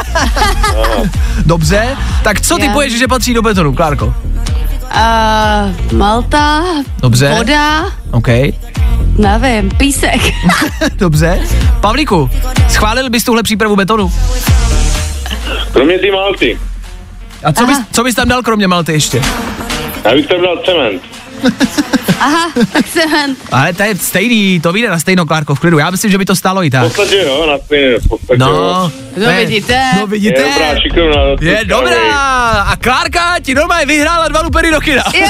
Dobře, tak co ty poješ, že patří do betonu, Klárko? Uh, Malta, dobře. Voda, OK. Nevím, písek. Dobře. Pavlíku, schválil bys tuhle přípravu betonu? Kromě ty Malty. A co bys, co bys tam dal kromě Malty ještě? Já bych tam dal cement. Aha, tak cement. Ale to je stejný, to vyjde na stejno, Klárko, v klidu. Já myslím, že by to stálo i tak. V podstatě jo, na stejné, v podstatě no, jo. No vidíte. No vidíte. Je dobrá, šikovná. Je dobrá. A Klárka ti doma vyhrála dva lupery do kina. Jo.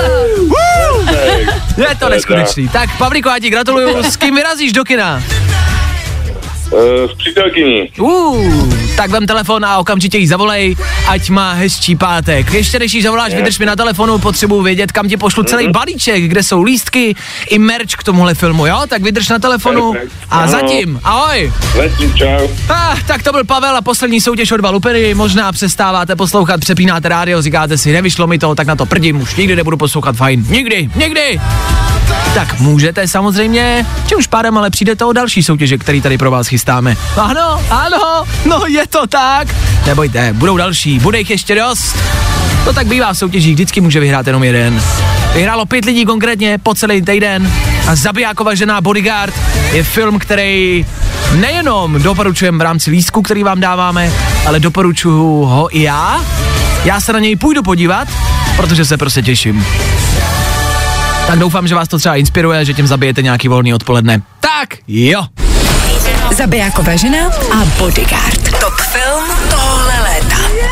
Je to neskutečný. Tak Pavlíko, já ti gratuluju. S kým vyrazíš do kina? Uh, s přítelkyní. Uh, tak vem telefon a okamžitě jí zavolej, ať má hezčí pátek. Ještě než jí zavoláš, vydrž mi na telefonu, potřebuji vědět, kam ti pošlu celý balíček, kde jsou lístky i merch k tomuhle filmu, jo? Tak vydrž na telefonu a zatím, ahoj. Letím, čau. Ah, tak to byl Pavel a poslední soutěž o dva lupery, možná přestáváte poslouchat, přepínáte rádio, říkáte si, nevyšlo mi to, tak na to prdím, už nikdy nebudu poslouchat Fajn, nikdy, nikdy. Tak můžete samozřejmě, čímž pádem ale přijdete o další soutěže, který tady pro vás chystáme. Ano, ano, no je to tak. Nebojte, budou další, bude jich ještě dost. To tak bývá v soutěžích, vždycky může vyhrát jenom jeden. Vyhrálo pět lidí konkrétně po celý týden a Zabijákova žena Bodyguard je film, který nejenom doporučujeme v rámci lístku, který vám dáváme, ale doporučuju ho i já. Já se na něj půjdu podívat, protože se prostě těším. Tak doufám, že vás to třeba inspiruje, že tím zabijete nějaký volný odpoledne. Tak jo. Zabijákova žena a Bodyguard. Top film tohle léta.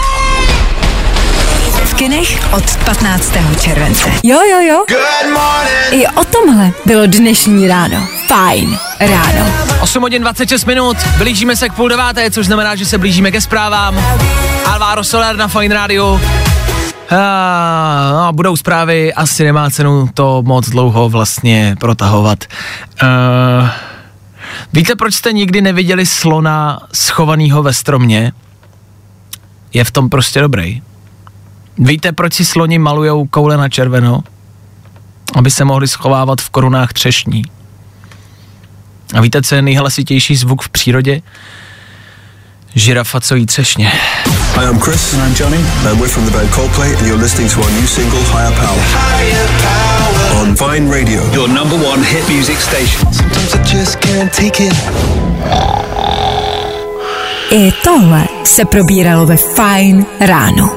V kinech od patnáctého července. Jo, jo, jo. I o tomhle bylo dnešní ráno. Fajn ráno. osm hodin dvacet šest minut, blížíme se k půl deváté, což znamená, že se blížíme ke zprávám. Alvaro Soler na Fajn rádiu. A, no, budou zprávy, asi nemá cenu to moc dlouho vlastně protahovat. Uh, víte, proč jste nikdy neviděli slona schovanýho ve stromě? Je v tom prostě dobrý. Víte, proč si sloni malujou koule na červeno? Aby se mohli schovávat v korunách třešní. A víte, co je nejhlasitější zvuk v přírodě? Žirafa, co jí třešně. Hi, I'm Chris. And I'm Johnny. And we're from the band Coldplay and you're listening to our new single, Higher Power. Higher Power. On Vine Radio. Your number one hit music station. Sometimes I just can't take it. I tohle se probíralo ve Fajn ráno.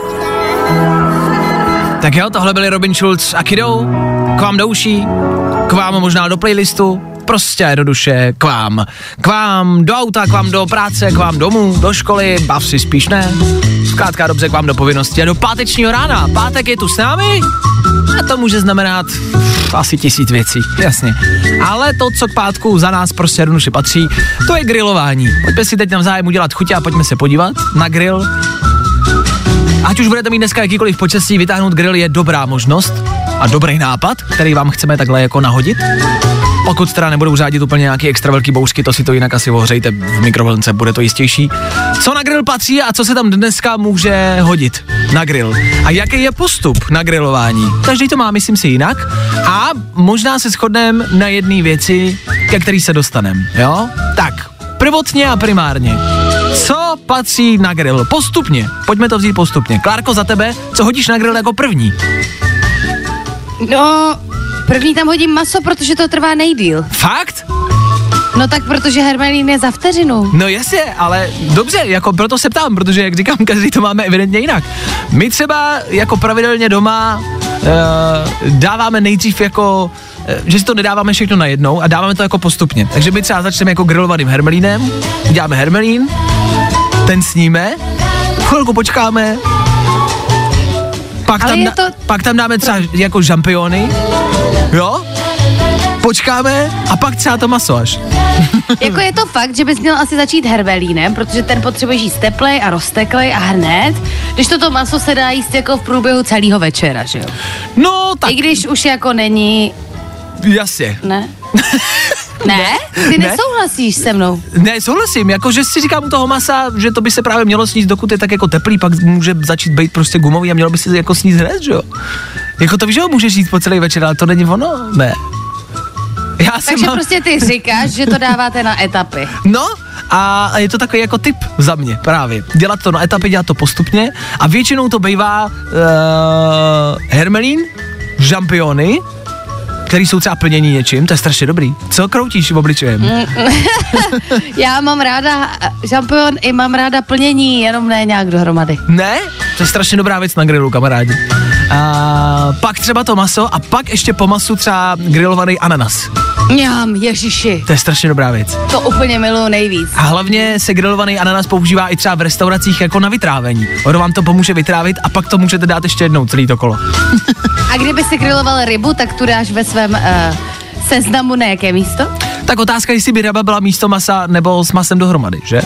Tak jo, tohle byli Robin Schulz a Kiddo. K vám do uší, k vám možná do playlistu, prostě jednoduše k vám. K vám do auta, k vám do práce, k vám domů, do školy, bav si spíš ne. Zkrátka dobře k vám do povinnosti a do pátečního rána. Pátek je tu s námi a to může znamenat asi tisíc věcí, jasně. Ale to, co k pátku za nás prostě jednoduše patří, to je grilování. Pojďme si teď navzájem udělat chutě a pojďme se podívat na grill. Ať už budete mít dneska jakýkoliv počasí, vytáhnout grill je dobrá možnost a dobrý nápad, který vám chceme takhle jako nahodit. Pokud teda nebudou řádit úplně nějaký extra velký bouřky, to si to jinak asi ohřejte v mikrovlnce, bude to jistější. Co na grill patří a co se tam dneska může hodit na grill? A jaký je postup na grilování? Každý to má, myslím si, jinak. A možná se shodneme na jedné věci, ke který se dostaneme, jo? Tak, prvotně a primárně. Co patří na grill? Postupně. Pojďme to vzít postupně. Klárko, za tebe, co hodíš na grill jako první? No, první tam hodím maso, protože to trvá nejdýl. Fakt? No tak, protože hermelín je za vteřinu. No jasně, ale dobře, jako proto se ptám, protože jak říkám, každý to máme evidentně jinak. My třeba jako pravidelně doma uh, dáváme nejdřív jako, uh, že si to nedáváme všechno najednou a dáváme to jako postupně. Takže my třeba začneme jako grilovaným hermelínem, uděláme hermelín, ten sníme, chvilku počkáme, pak tam, to... pak tam dáme třeba jako žampiony, jo? počkáme a pak třeba to maso až. Jako je to fakt, že bys měl asi začít hervelínem, protože ten potřebuješ jíst teplej a rozteklej a hned, když toto maso se dá jíst jako v průběhu celého večera, že jo? No, tak. I když už jako není... Jasně. Ne? Ne? Ty Ne? nesouhlasíš se mnou. Ne, souhlasím, jakože si říkám u toho masa, že to by se právě mělo sníst, dokud je tak jako teplý, pak může začít být prostě gumový a mělo by se jako sníst hned, že jo? Jako to víš, že ho můžeš jít po celý večer, ale to není ono, ne. Já Takže mám... prostě ty říkáš, že to dáváte na etapy. No, a je to takový jako tip za mě právě. Dělat to na etapy, dělat to postupně a většinou to bývá uh, hermelín, žampiony, který jsou třeba plnění něčím, to je strašně dobrý. Co kroutíš v obličejem? Já mám ráda žampion i mám ráda plnění, jenom ne nějak dohromady. Ne? To je strašně dobrá věc na grilu, kamarádi. A pak třeba to maso a pak ještě po masu třeba grilovaný ananas. Mňam, ježiši. To je strašně dobrá věc. To úplně miluju nejvíc. A hlavně se grilovaný ananas používá i třeba v restauracích jako na vytrávení. Ono vám to pomůže vytrávit a pak to můžete dát ještě jednou celý to kolo. A kdyby si griloval rybu, tak tu dáš ve svém uh, seznamu na jaké místo? Tak otázka, jestli by ryba byla místo masa nebo s masem dohromady, že?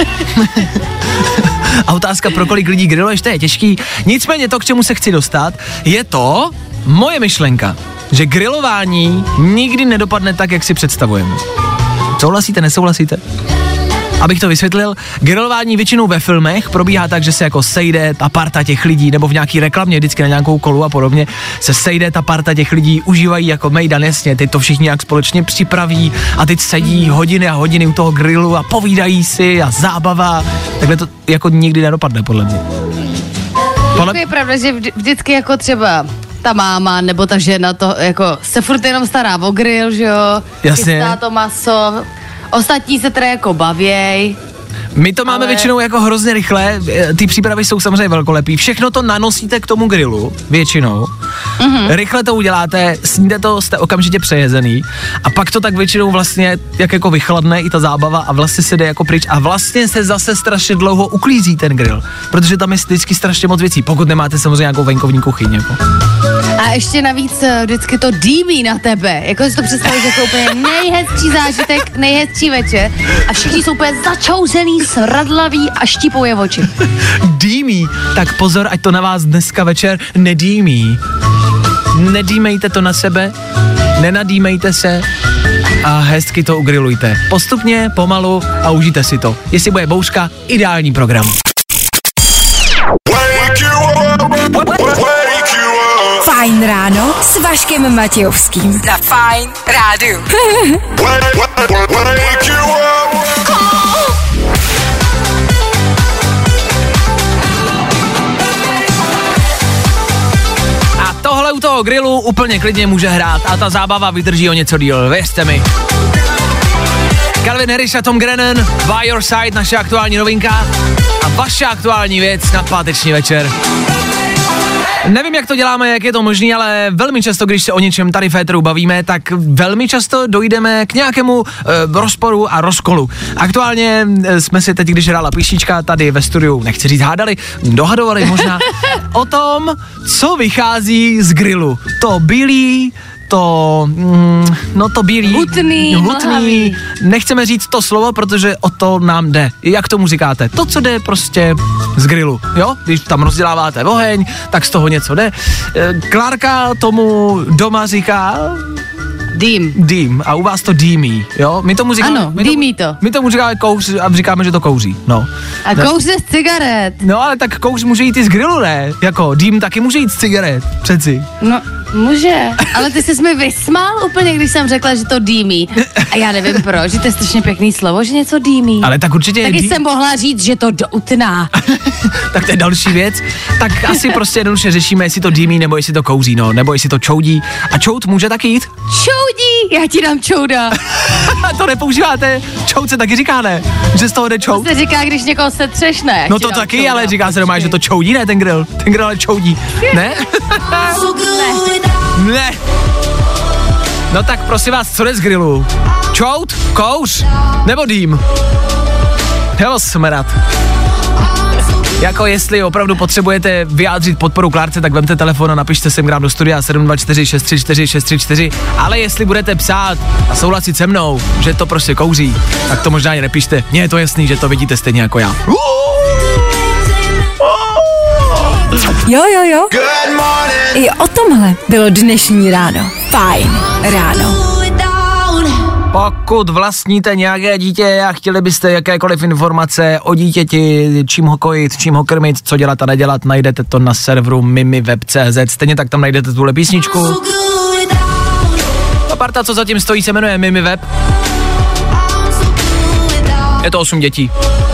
A otázka, pro kolik lidí griluješ, to je těžký. Nicméně to, k čemu se chci dostat, je to moje myšlenka, že grilování nikdy nedopadne tak, jak si představujeme. Souhlasíte, nesouhlasíte? Abych to vysvětlil, grilování většinou ve filmech probíhá tak, že se jako sejde ta parta těch lidí, nebo v nějaký reklamě, vždycky na nějakou kolu a podobně, se sejde ta parta těch lidí, užívají jako mejdan, jasně, teď to všichni jak společně připraví a teď sedí hodiny a hodiny u toho grilu a povídají si a zábava. Takhle to jako nikdy nedopadne, podle mě. Podle... Je pravda, že vždy, vždycky jako třeba ta máma nebo ta žena to jako se furt jenom stará o grill, že jo? Jasně. Chystá to maso. Ostatní se teda jako bavěj. My to máme ale... většinou jako hrozně rychle, ty přípravy jsou samozřejmě velkolepý, všechno to nanosíte k tomu grilu, většinou, mm-hmm. rychle to uděláte, sníte to, jste okamžitě přejezený a pak to tak většinou vlastně jak jako vychladne i ta zábava a vlastně se jde jako pryč a vlastně se zase strašně dlouho uklízí ten grill, protože tam je vždycky strašně moc věcí, pokud nemáte samozřejmě nějakou venkovní kuchyň. Jako. A ještě navíc vždycky to dýmí na tebe, jako si to představíš jako úplně nejhezčí zážitek, nejhezčí večer a všichni jsou úplně začouzený, smradlaví a štípou je oči. Dýmí, tak pozor, ať to na vás dneska večer nedýmí. Nedýmejte to na sebe, nenadýmejte se a hezky to ugrilujte. Postupně, pomalu a užijte si to. Jestli bude bouřka, ideální program. Fajn ráno s Vaškem Matějovským. Za Fajn rádiu. A tohle u toho grilu úplně klidně může hrát a ta zábava vydrží o něco díl, věřte mi. Calvin Harris a Tom Grennan, By Your Side, naše aktuální novinka a vaše aktuální věc na páteční večer. Nevím, jak to děláme, jak je to možné, ale velmi často, když se o něčem tady v éteru bavíme, tak velmi často dojdeme k nějakému e, rozporu a rozkolu. Aktuálně e, jsme si teď, když hrála písnička tady ve studiu, nechci říct hádali, dohadovali možná o tom, co vychází z grilu. To bílý, to, mm, no to bílý, hutný, hutný, nechceme říct to slovo, protože o to nám jde. Jak tomu říkáte? To, co jde prostě z grilu, jo? Když tam rozděláváte oheň, tak z toho něco jde. Klárka tomu doma říká... Dým. Dým. A u vás to dýmí, jo? My tomu říkáme... Ano, my dýmí to. My tomu říkáme kouř a říkáme, že to kouří, no. A no. kouř z cigaret. No, ale tak kouř může jít i z grilu, ne? Jako, dým taky může jít z cigaret, přeci. No, může. Ale ty jsi mi vysmál úplně, když jsem řekla, že to dýmí. A já nevím proč, že to je strašně pěkný slovo, že něco dýmí. Ale tak určitě... Taky dý... jsem mohla říct, že to doutná. Tak to je další věc. Tak asi prostě jednoduše řešíme, jestli to dýmí, nebo jestli to kouří, no. Nebo jestli to čoudí. A čout může taky jít? Čoudí, já ti dám čouda. To nepoužíváte? Čout se taky říká, ne? Že z toho jde čout? To se říká, když někoho se třešne. No to taky, čouda, ale říká se doma, že to čoudí, ne ten grill. Ten grill ale čoudí. Ne? Ne. Ne. No tak prosím vás, co jde z grillu? Čout? Kouř? Nebo dým? Nebo smrad? Jako jestli opravdu potřebujete vyjádřit podporu Klárce, tak vemte telefon a napište sem k nám do studia sedm dva čtyři šest tři čtyři šest tři čtyři, ale jestli budete psát a souhlasit se mnou, že to prostě kouří, tak to možná i nepište. Mně je to jasný, že to vidíte stejně jako já. Jo, jo, jo. I o tomhle bylo dnešní ráno. Fajn ráno. Pokud vlastníte nějaké dítě a chtěli byste jakékoliv informace o dítěti, čím ho kojit, čím ho krmit, co dělat a nedělat, najdete to na serveru mimyweb tečka cé zet. Stejně tak tam najdete tuhle písničku. Ta parta, co zatím stojí, se jmenuje Mimyweb. Je to osm dětí.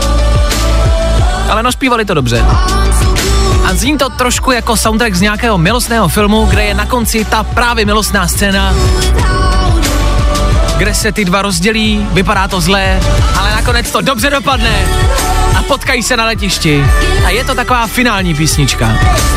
Ale naspívali to dobře. A zní to trošku jako soundtrack z nějakého milostného filmu, kde je na konci ta právě milostná scéna, kde se ty dva rozdělí, vypadá to zlé, ale nakonec to dobře dopadne a potkají se na letišti. A je to taková finální písnička.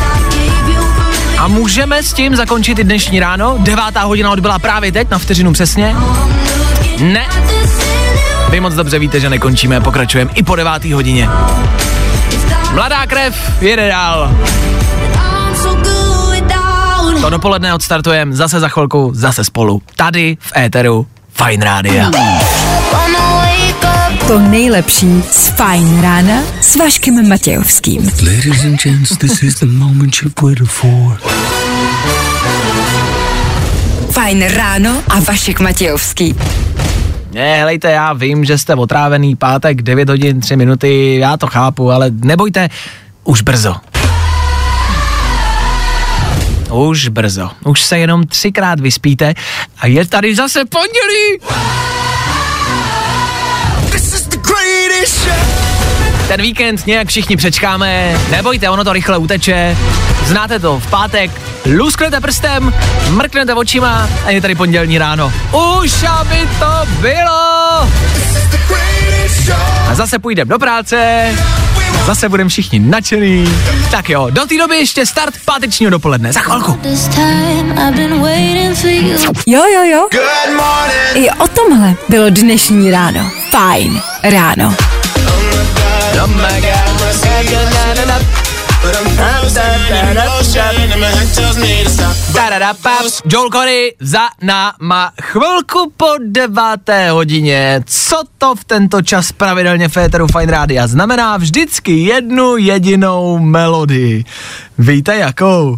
A můžeme s tím zakončit i dnešní ráno. Devátá hodina odbyla právě teď, na vteřinu přesně. Ne. Vy moc dobře víte, že nekončíme, pokračujeme i po devátý hodině. Mladá krev jede dál. To dopoledne odstartujeme zase za chvilku, zase spolu. Tady v éteru Fajn rádia. To nejlepší z Fajn rána s Vaškem Matějovským. Ladies and gents, this is the moment you've waited for. Fajn ráno a Vašek Matějovský. Ne, helejte, já vím, že jste otrávený, pátek, devět hodin, tři minuty, já to chápu, ale nebojte, už brzo. Už brzo. Už se jenom třikrát vyspíte a je tady zase pondělí. Ten víkend nějak všichni přečkáme, nebojte, ono to rychle uteče. Znáte to, v pátek lusknete prstem, mrknete očima a je tady pondělní ráno. Už aby to bylo. A zase půjdeme do práce, zase budeme všichni nadšený. Tak jo, do té doby ještě start pátečního dopoledne, za chvilku. Jo, jo, jo. I o tomhle bylo dnešní ráno. Fajn ráno. Oh my God. Joel Corey za náma chvilku po deváté hodině. Co to v tento čas pravidelně v éteru Fajn rádia znamená? Vždycky jednu jedinou melodii. Víte jakou?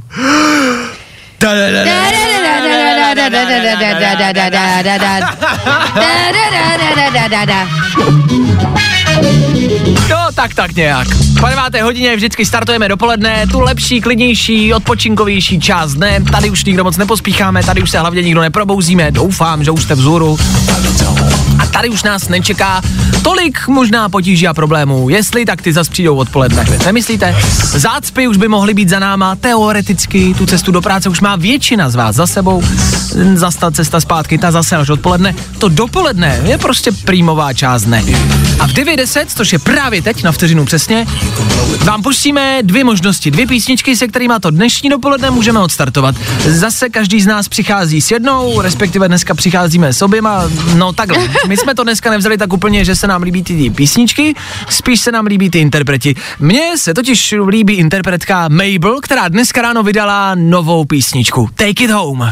No, tak tak nějak. Po deváté hodině vždycky startujeme dopoledne, tu lepší, klidnější, odpočinkovější část dne. Tady už nikdo moc nepospícháme, tady už se hlavně nikdo neprobouzíme. Doufám, že už jste vzhůru. A tady už nás nečeká tolik možná potíží a problémů. Jestli, tak ty zas přijdou odpoledne. Nemyslíte? Zácpy už by mohly být za náma. Teoreticky tu cestu do práce už má většina z vás za sebou. Zasta cesta zpátky, ta zase až odpoledne. To dopoledne je prostě prímová část dne. A v devět deset, což je právě teď, na vteřinu přesně, vám pustíme dvě možnosti, dvě písničky, se kterýma to dnešní dopoledne můžeme odstartovat. Zase každý z nás přichází s jednou, respektive dneska přicházíme s oběma, no takhle. My jsme to dneska nevzali tak úplně, že se nám líbí ty písničky, spíš se nám líbí ty interpreti. Mně se totiž líbí interpretka Mabel, která dneska ráno vydala novou písničku. Take it home.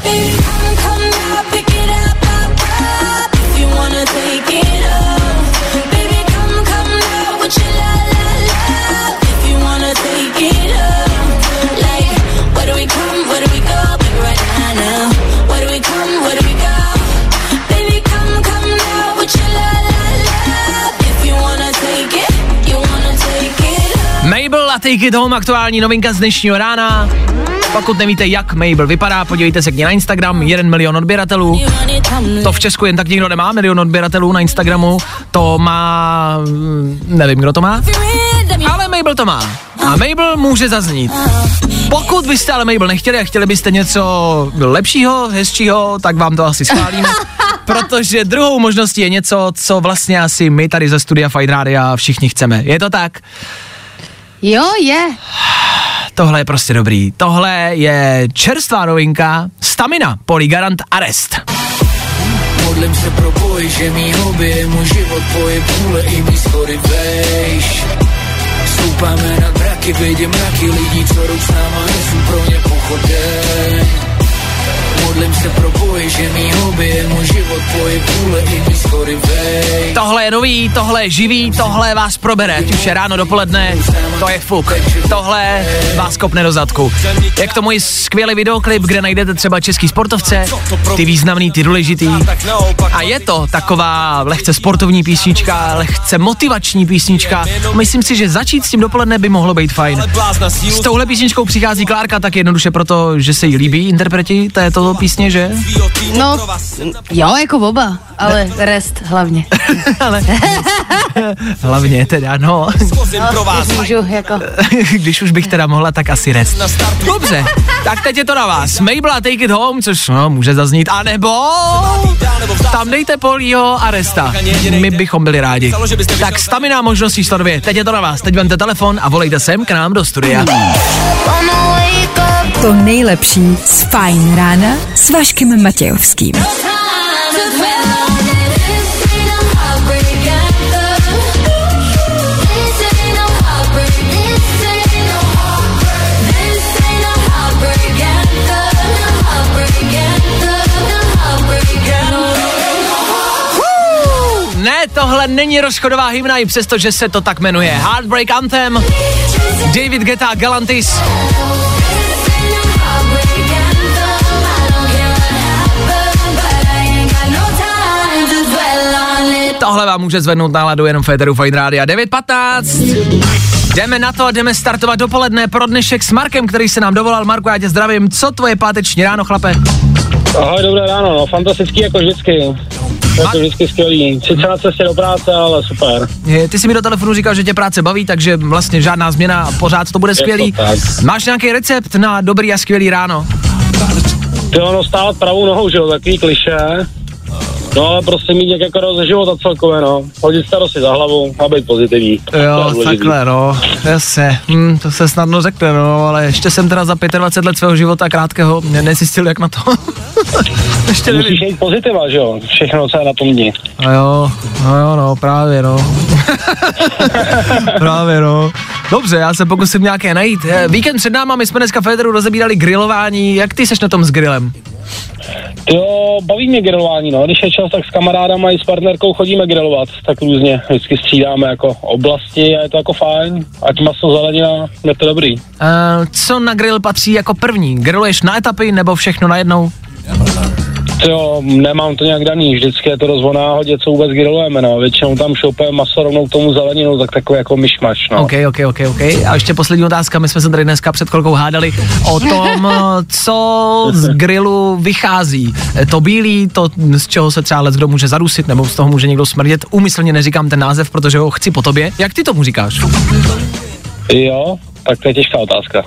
Mabel a Take It Home, aktuální novinka z dnešního rána. Pokud nevíte, jak Mabel vypadá, podívejte se k ní na Instagram, jeden milion odběratelů. To v Česku jen tak nikdo nemá, milion odběratelů na Instagramu. To má... nevím, kdo to má, ale Mabel to má. A Mabel může zaznít. Pokud byste ale Mabel nechtěli a chtěli byste něco lepšího, hezčího, tak vám to asi schválíme. Protože druhou možností je něco, co vlastně asi my tady ze studia Fajn rádia všichni chceme. Je to tak? Jo, je. Tohle je prostě dobrý. Tohle je čerstvá novinka Stamina, Polygarant Arrest. Modlím se pro boj, že mý hobby je můj život, poje půle i mý schody vejš. Stoupáme na mraky, vidím mraky lidí, co jdou s náma, nejsou pro ně pochodeň. Modlím se pro boje, že mý hobby je můj život, poje půle i mý schody vej. Tohle je nový, tohle je živý, tohle vás probere, ať už je ráno, dopoledne, to je fuk. Tohle vás kopne do zadku. Je k tomu i skvělý videoklip, kde najdete třeba český sportovce, ty významný, ty důležitý. A je to taková lehce sportovní písnička, lehce motivační písnička. Myslím si, že začít s tím dopoledne by mohlo být fajn. S touhle písničkou přichází Klárka tak jednoduše proto, že se jí líbí interpreti této písně, že? No, jo, jako oba, ale rest hlavně. ale hlavně teda, no. no když můžu, jako. Když už bych teda mohla, tak asi rest. Dobře, tak teď je to na vás. Mabel a Take It Home, což no, může zaznít, anebo tam dejte Polího a Resta. My bychom byli rádi. Tak stamina možnost číslo dvě. Teď je to na vás. Teď vemte telefon a volejte sem k nám do studia. To nejlepší z Fajn rána s Vaškem Matějovským. Ne, tohle není rozchodová hymna, i přesto, že se to tak jmenuje. Heartbreak Anthem, David Guetta, Galantis. Tohle vám může zvednout náladu jenom Féteru Fajn Rádia. devět patnáct. Jdeme na to a jdeme startovat dopoledne pro dnešek s Markem, který se nám dovolal. Marku, já tě zdravím. Co tvoje páteční ráno, chlape? Ahoj, dobré ráno, no, fantastický jako vždycky. Je to vždycky skvělý. Sice na cestě do práce, ale super. Je, ty jsi mi do telefonu říkal, že tě práce baví, takže vlastně žádná změna, pořád to bude skvělý. To máš nějaký recept na dobrý a skvělý ráno? Jo, no, stát pravou nohou, že jo, takový klišé. No ale prostě mít nějaké jako ze života celkově, no. Hodit starosti za hlavu a být pozitivní. Jo, takhle, no. Jasně, hm, to se snadno řekne, no, ale ještě jsem teda za dvacet pět let svého života krátkého nezjistil, jak na to. Ještě musíš jít pozitiva, že jo, všechno, co je na tom dní. A jo, no jo, no, právě, no. právě, no. Dobře, já se pokusím nějaké najít. Víkend před náma, my jsme dneska v Féteru rozebírali grilování. Jak ty seš na tom s grillem? Jo, baví mě grilování, no. Když je čas, tak s kamarádama i s partnerkou chodíme grilovat. Tak různě vždycky střídáme jako oblasti a je to jako fajn. Ať maso, zelenina, je to dobrý. Uh, co na grill patří jako první? Grilluješ na etapy nebo všechno najednou? Jo, nemám to nějak daný, vždycky je to rozvo náhodě, co vůbec grillujeme, no. Většinou tam šoupeme maso rovnou k tomu zeleninu, tak takový jako myšmaš, no. Ok, ok, ok, ok. A ještě poslední otázka, my jsme se tady dneska před chvilkou hádali o tom, co z grillu vychází. To bílý, to z čeho se třeba leckdo může zadusit, nebo z toho může někdo smrdět. Úmyslně neříkám ten název, protože ho chci po tobě. Jak ty tomu říkáš? Jo, tak to je těžká otázka.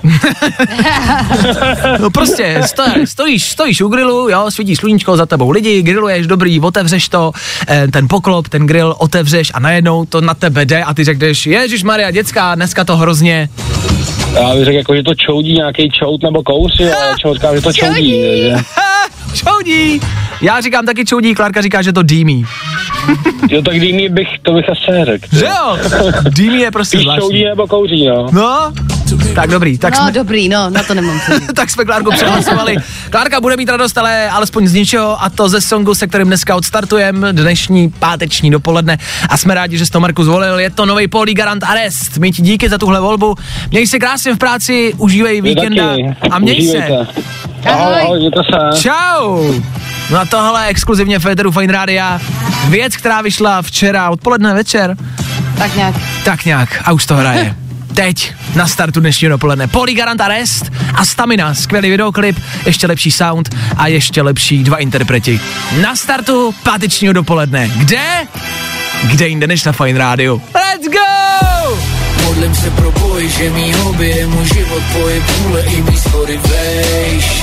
No prostě, stoj, stojíš, stojíš u grilu, jo, svítí sluníčko, za tebou lidi, grilluješ, dobrý, otevřeš to, ten poklop, ten grill otevřeš a najednou to na tebe jde a ty řekneš, ježišmarja, děcka, dneska to hrozně. Já bych řekl, jako, že to čoudí nějaký čout nebo kouř, ale čemu říkám, že to čoudí. Že? Čoudí. Já říkám taky čoudí, Klárka říká, že to dýmí. Jo, tak dýmí bych, to bych asi neřekl. Že jo? Dýmí je prostě zvláštní. čoudí nebo kouří, no. No, tak dobrý. Tak no jsme... dobrý, no, na to nemám co. Tak jsme Klárku přehlasovali. Klárka bude mít radost, ale alespoň z něčeho, a to ze songu, se kterým dneska odstartujeme, dnešní páteční dopoledne. A jsme rádi, že jsi to, Marku, zvolil. Je to nový Polí Garant Arrest. My ti díky za tuhle volbu. Měj se krásně v práci, užívej víkenda a měj užívejte. se. Ahoj, ahoj, mějte se. Čau. No a tohle exkluzivně Féteru Fajn Rádia. Věc, která vyšla včera odpoledne večer. Tak nějak. Tak nějak a už to hraje. Teď na startu dnešního dopoledne. Polí Garant Arrest a Stamina, skvělý videoklip, ještě lepší sound a ještě lepší dva interpreti. Na startu pátečního dopoledne. Kde? Kde jinde než na Fajn rádiu. Let's go! Modlím se pro boj, že mý hobby je můj život, poje půle i mý schody vejš.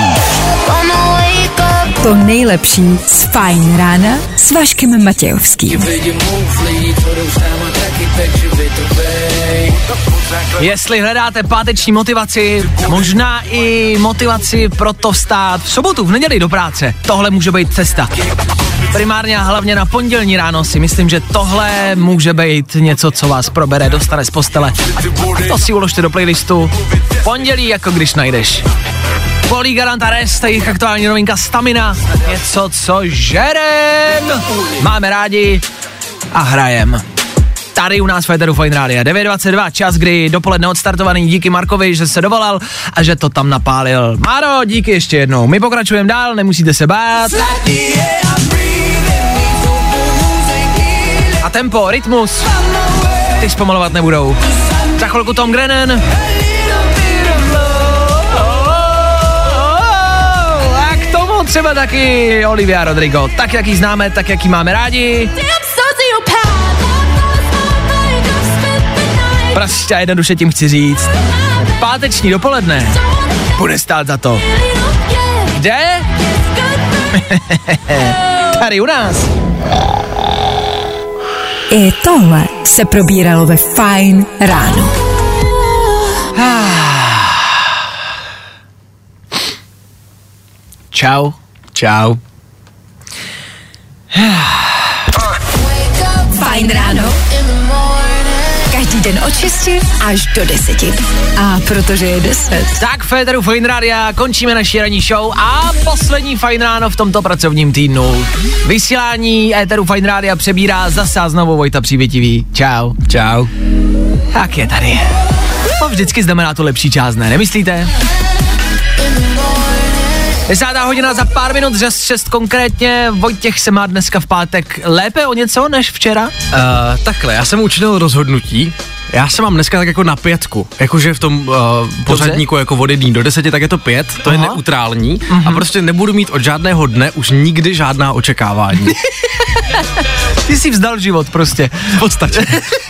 To nejlepší z Fajn rána s Vaškem Matějovským. Jestli hledáte páteční motivaci, možná i motivaci pro to vstát v sobotu, v neděli do práce, tohle může být cesta. Primárně a hlavně na pondělní ráno si myslím, že tohle může být něco, co vás probere, dostane z postele. To si uložte do playlistu. Pondělí, jako když najdeš. Polí Garant a Rest, jejich aktuální novinka Stamina. Něco, co žerem. Máme rádi a hrajem. Tady u nás v éteru Fajn Rádia devět dvacet dva, čas, kdy dopoledne odstartovaný, díky Markovi, že se dovolal a že to tam napálil. Máro, díky ještě jednou. My pokračujeme dál, nemusíte se bát. A tempo, rytmus, ty zpomalovat nebudou. Za chvilku Tom Grennan. A k tomu třeba taky Olivia Rodrigo. Tak, jak ji známe, tak, jak ji máme rádi. Prostě jednoduše tím chci říct. Páteční dopoledne bude stát za to. Kde? Tady u nás. I tohle se probíralo ve Fajn ráno. Čau. Čau. Fajn ráno. Každý den od šesti až do deseti. A protože je deset. Tak v éteru Fajn Rádia končíme naši ranní show a poslední Fajn ráno v tomto pracovním týdnu. Vysílání éteru Fajn Rádia přebírá zase znovu Vojta Přívětivý. Čau. Čau. Tak je tady. To vždycky znamená tu lepší část, ne? Nemyslíte? Desátá hodina za pár minut, řez šest konkrétně. Vojtěch se má dneska v pátek lépe o něco než včera? Uh, takhle, já jsem učinil rozhodnutí. Já se mám dneska tak jako na pětku, jakože v tom uh, pořadníku jako od jedný do deseti, tak je to pět, to Aha. je neutrální uh-huh. a prostě nebudu mít od žádného dne už nikdy žádná očekávání. Ty jsi vzdal život prostě. V podstatě.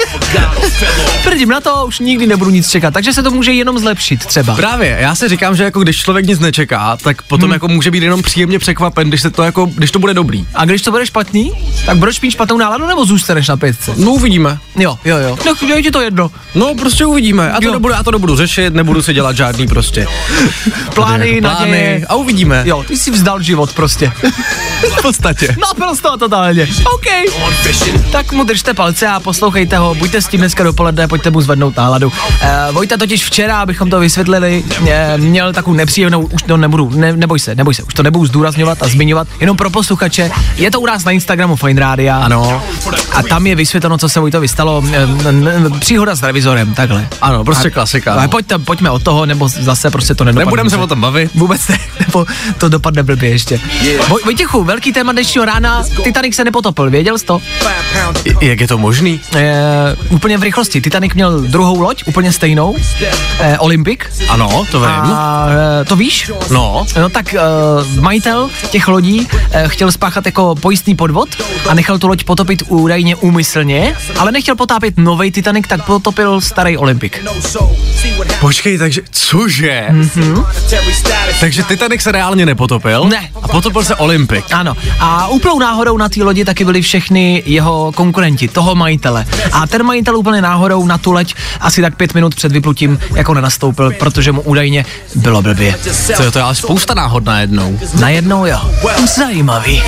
Tvrdím na to, už nikdy nebudu nic čekat, takže se to může jenom zlepšit třeba. Právě, já si říkám, že jako když člověk nic nečeká, tak potom hmm. jako může být jenom příjemně překvapen, když se to jako, když to bude dobrý. A když to bude špatný, tak budeš mít špatnou náladu nebo zůstaneš na pětce? No uvidíme. Jo, jo, jo. No, je ti to jedno. No prostě uvidíme. A to nebudu, já to nebudu řešit, nebudu si dělat žádný prostě plány, jako naděje. Plány a uvidíme. Jo, ty jsi vzdal život prostě. V podstatě. Napil z toho totálně. OK. Tak mu držte palce a poslouchejte ho. Buďte s tím dneska dopoledne, pojďte mu zvednout náladu. E, Vojta totiž včera, abychom to vysvětlili, e, měl takovou nepříjemnou, už to nebudu, ne, neboj se, neboj se, už to nebudu zdůrazňovat a zmiňovat, jenom pro posluchače. Je to u nás na Instagramu Fajn Rádia. Ano. A tam je vysvětleno, co se Vojtovi stalo. E, příhoda s revizorem, takhle. Ano, prostě a, klasika. Ale pojďte, pojďme od toho, nebo zase prostě to nedopadne. Nebudeme se o tom bavit. Vůbec ne, nebo to dopadne blbě ještě. Yeah. Voj, Vojtěchu, velký téma dnešního rána, Titanic se nepotopil, věděl jsi to? Jak je to možný? E, úplně v rychlosti. Titanic měl druhou loď, úplně stejnou, e, Olympic. Ano, to vím. A e, to víš? No. No tak e, majitel těch lodí e, chtěl spáchat jako pojistný podvod a nechal tu loď potopit údajně úmyslně, ale nechtěl potápět novej Titanic, tak potopil starý Olympic. Počkej, takže, cože? Mm-hmm. Takže Titanic se reálně nepotopil? Ne. A potopil se Olympic. Ano. A úplnou náhodou na té lodi taky byli všechny jeho konkurenti, toho majitele. A ten majitel úplně náhodou na tu leď asi tak pět minut před vyplutím jako nenastoupil, protože mu údajně bylo blbě. Co je to ale spousta náhod najednou. Najednou jo. Zajímavý.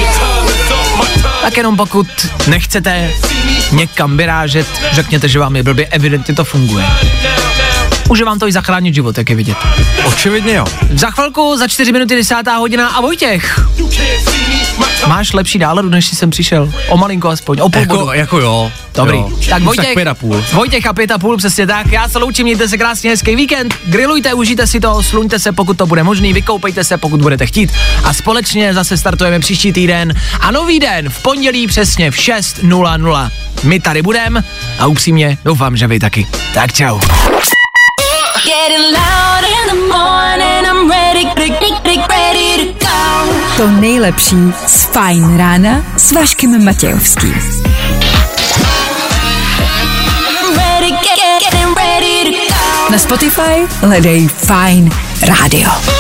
Tak jenom pokud nechcete někam vyrážet, řekněte, že vám je blbě, evidentně to funguje. Může vám to i zachránit život, jak je vidět. Očividně jo. Za chvilku, za čtyři minuty desátá hodina a Vojtěch. Máš lepší náladu, než jsem přišel. O malinko aspoň, o půl jako, bodu. Jako jo. Dobrý. Jo. Tak Vojtěch, tak pět a půl. Vojtěch a pět a půl, přesně tak. Já se loučím, mějte se krásně, hezký víkend. Grillujte, užijte si to, sluňte se, pokud to bude možný, vykoupejte se, pokud budete chtít. A společně zase startujeme příští týden. A nový den v pondělí přesně v šest nula nula. My tady budeme a upřímně doufám, že vy taky. Tak čau. To nejlepší z Fajn rána s Vaškem Matějovským. Na Spotify hledej Fajn rádio.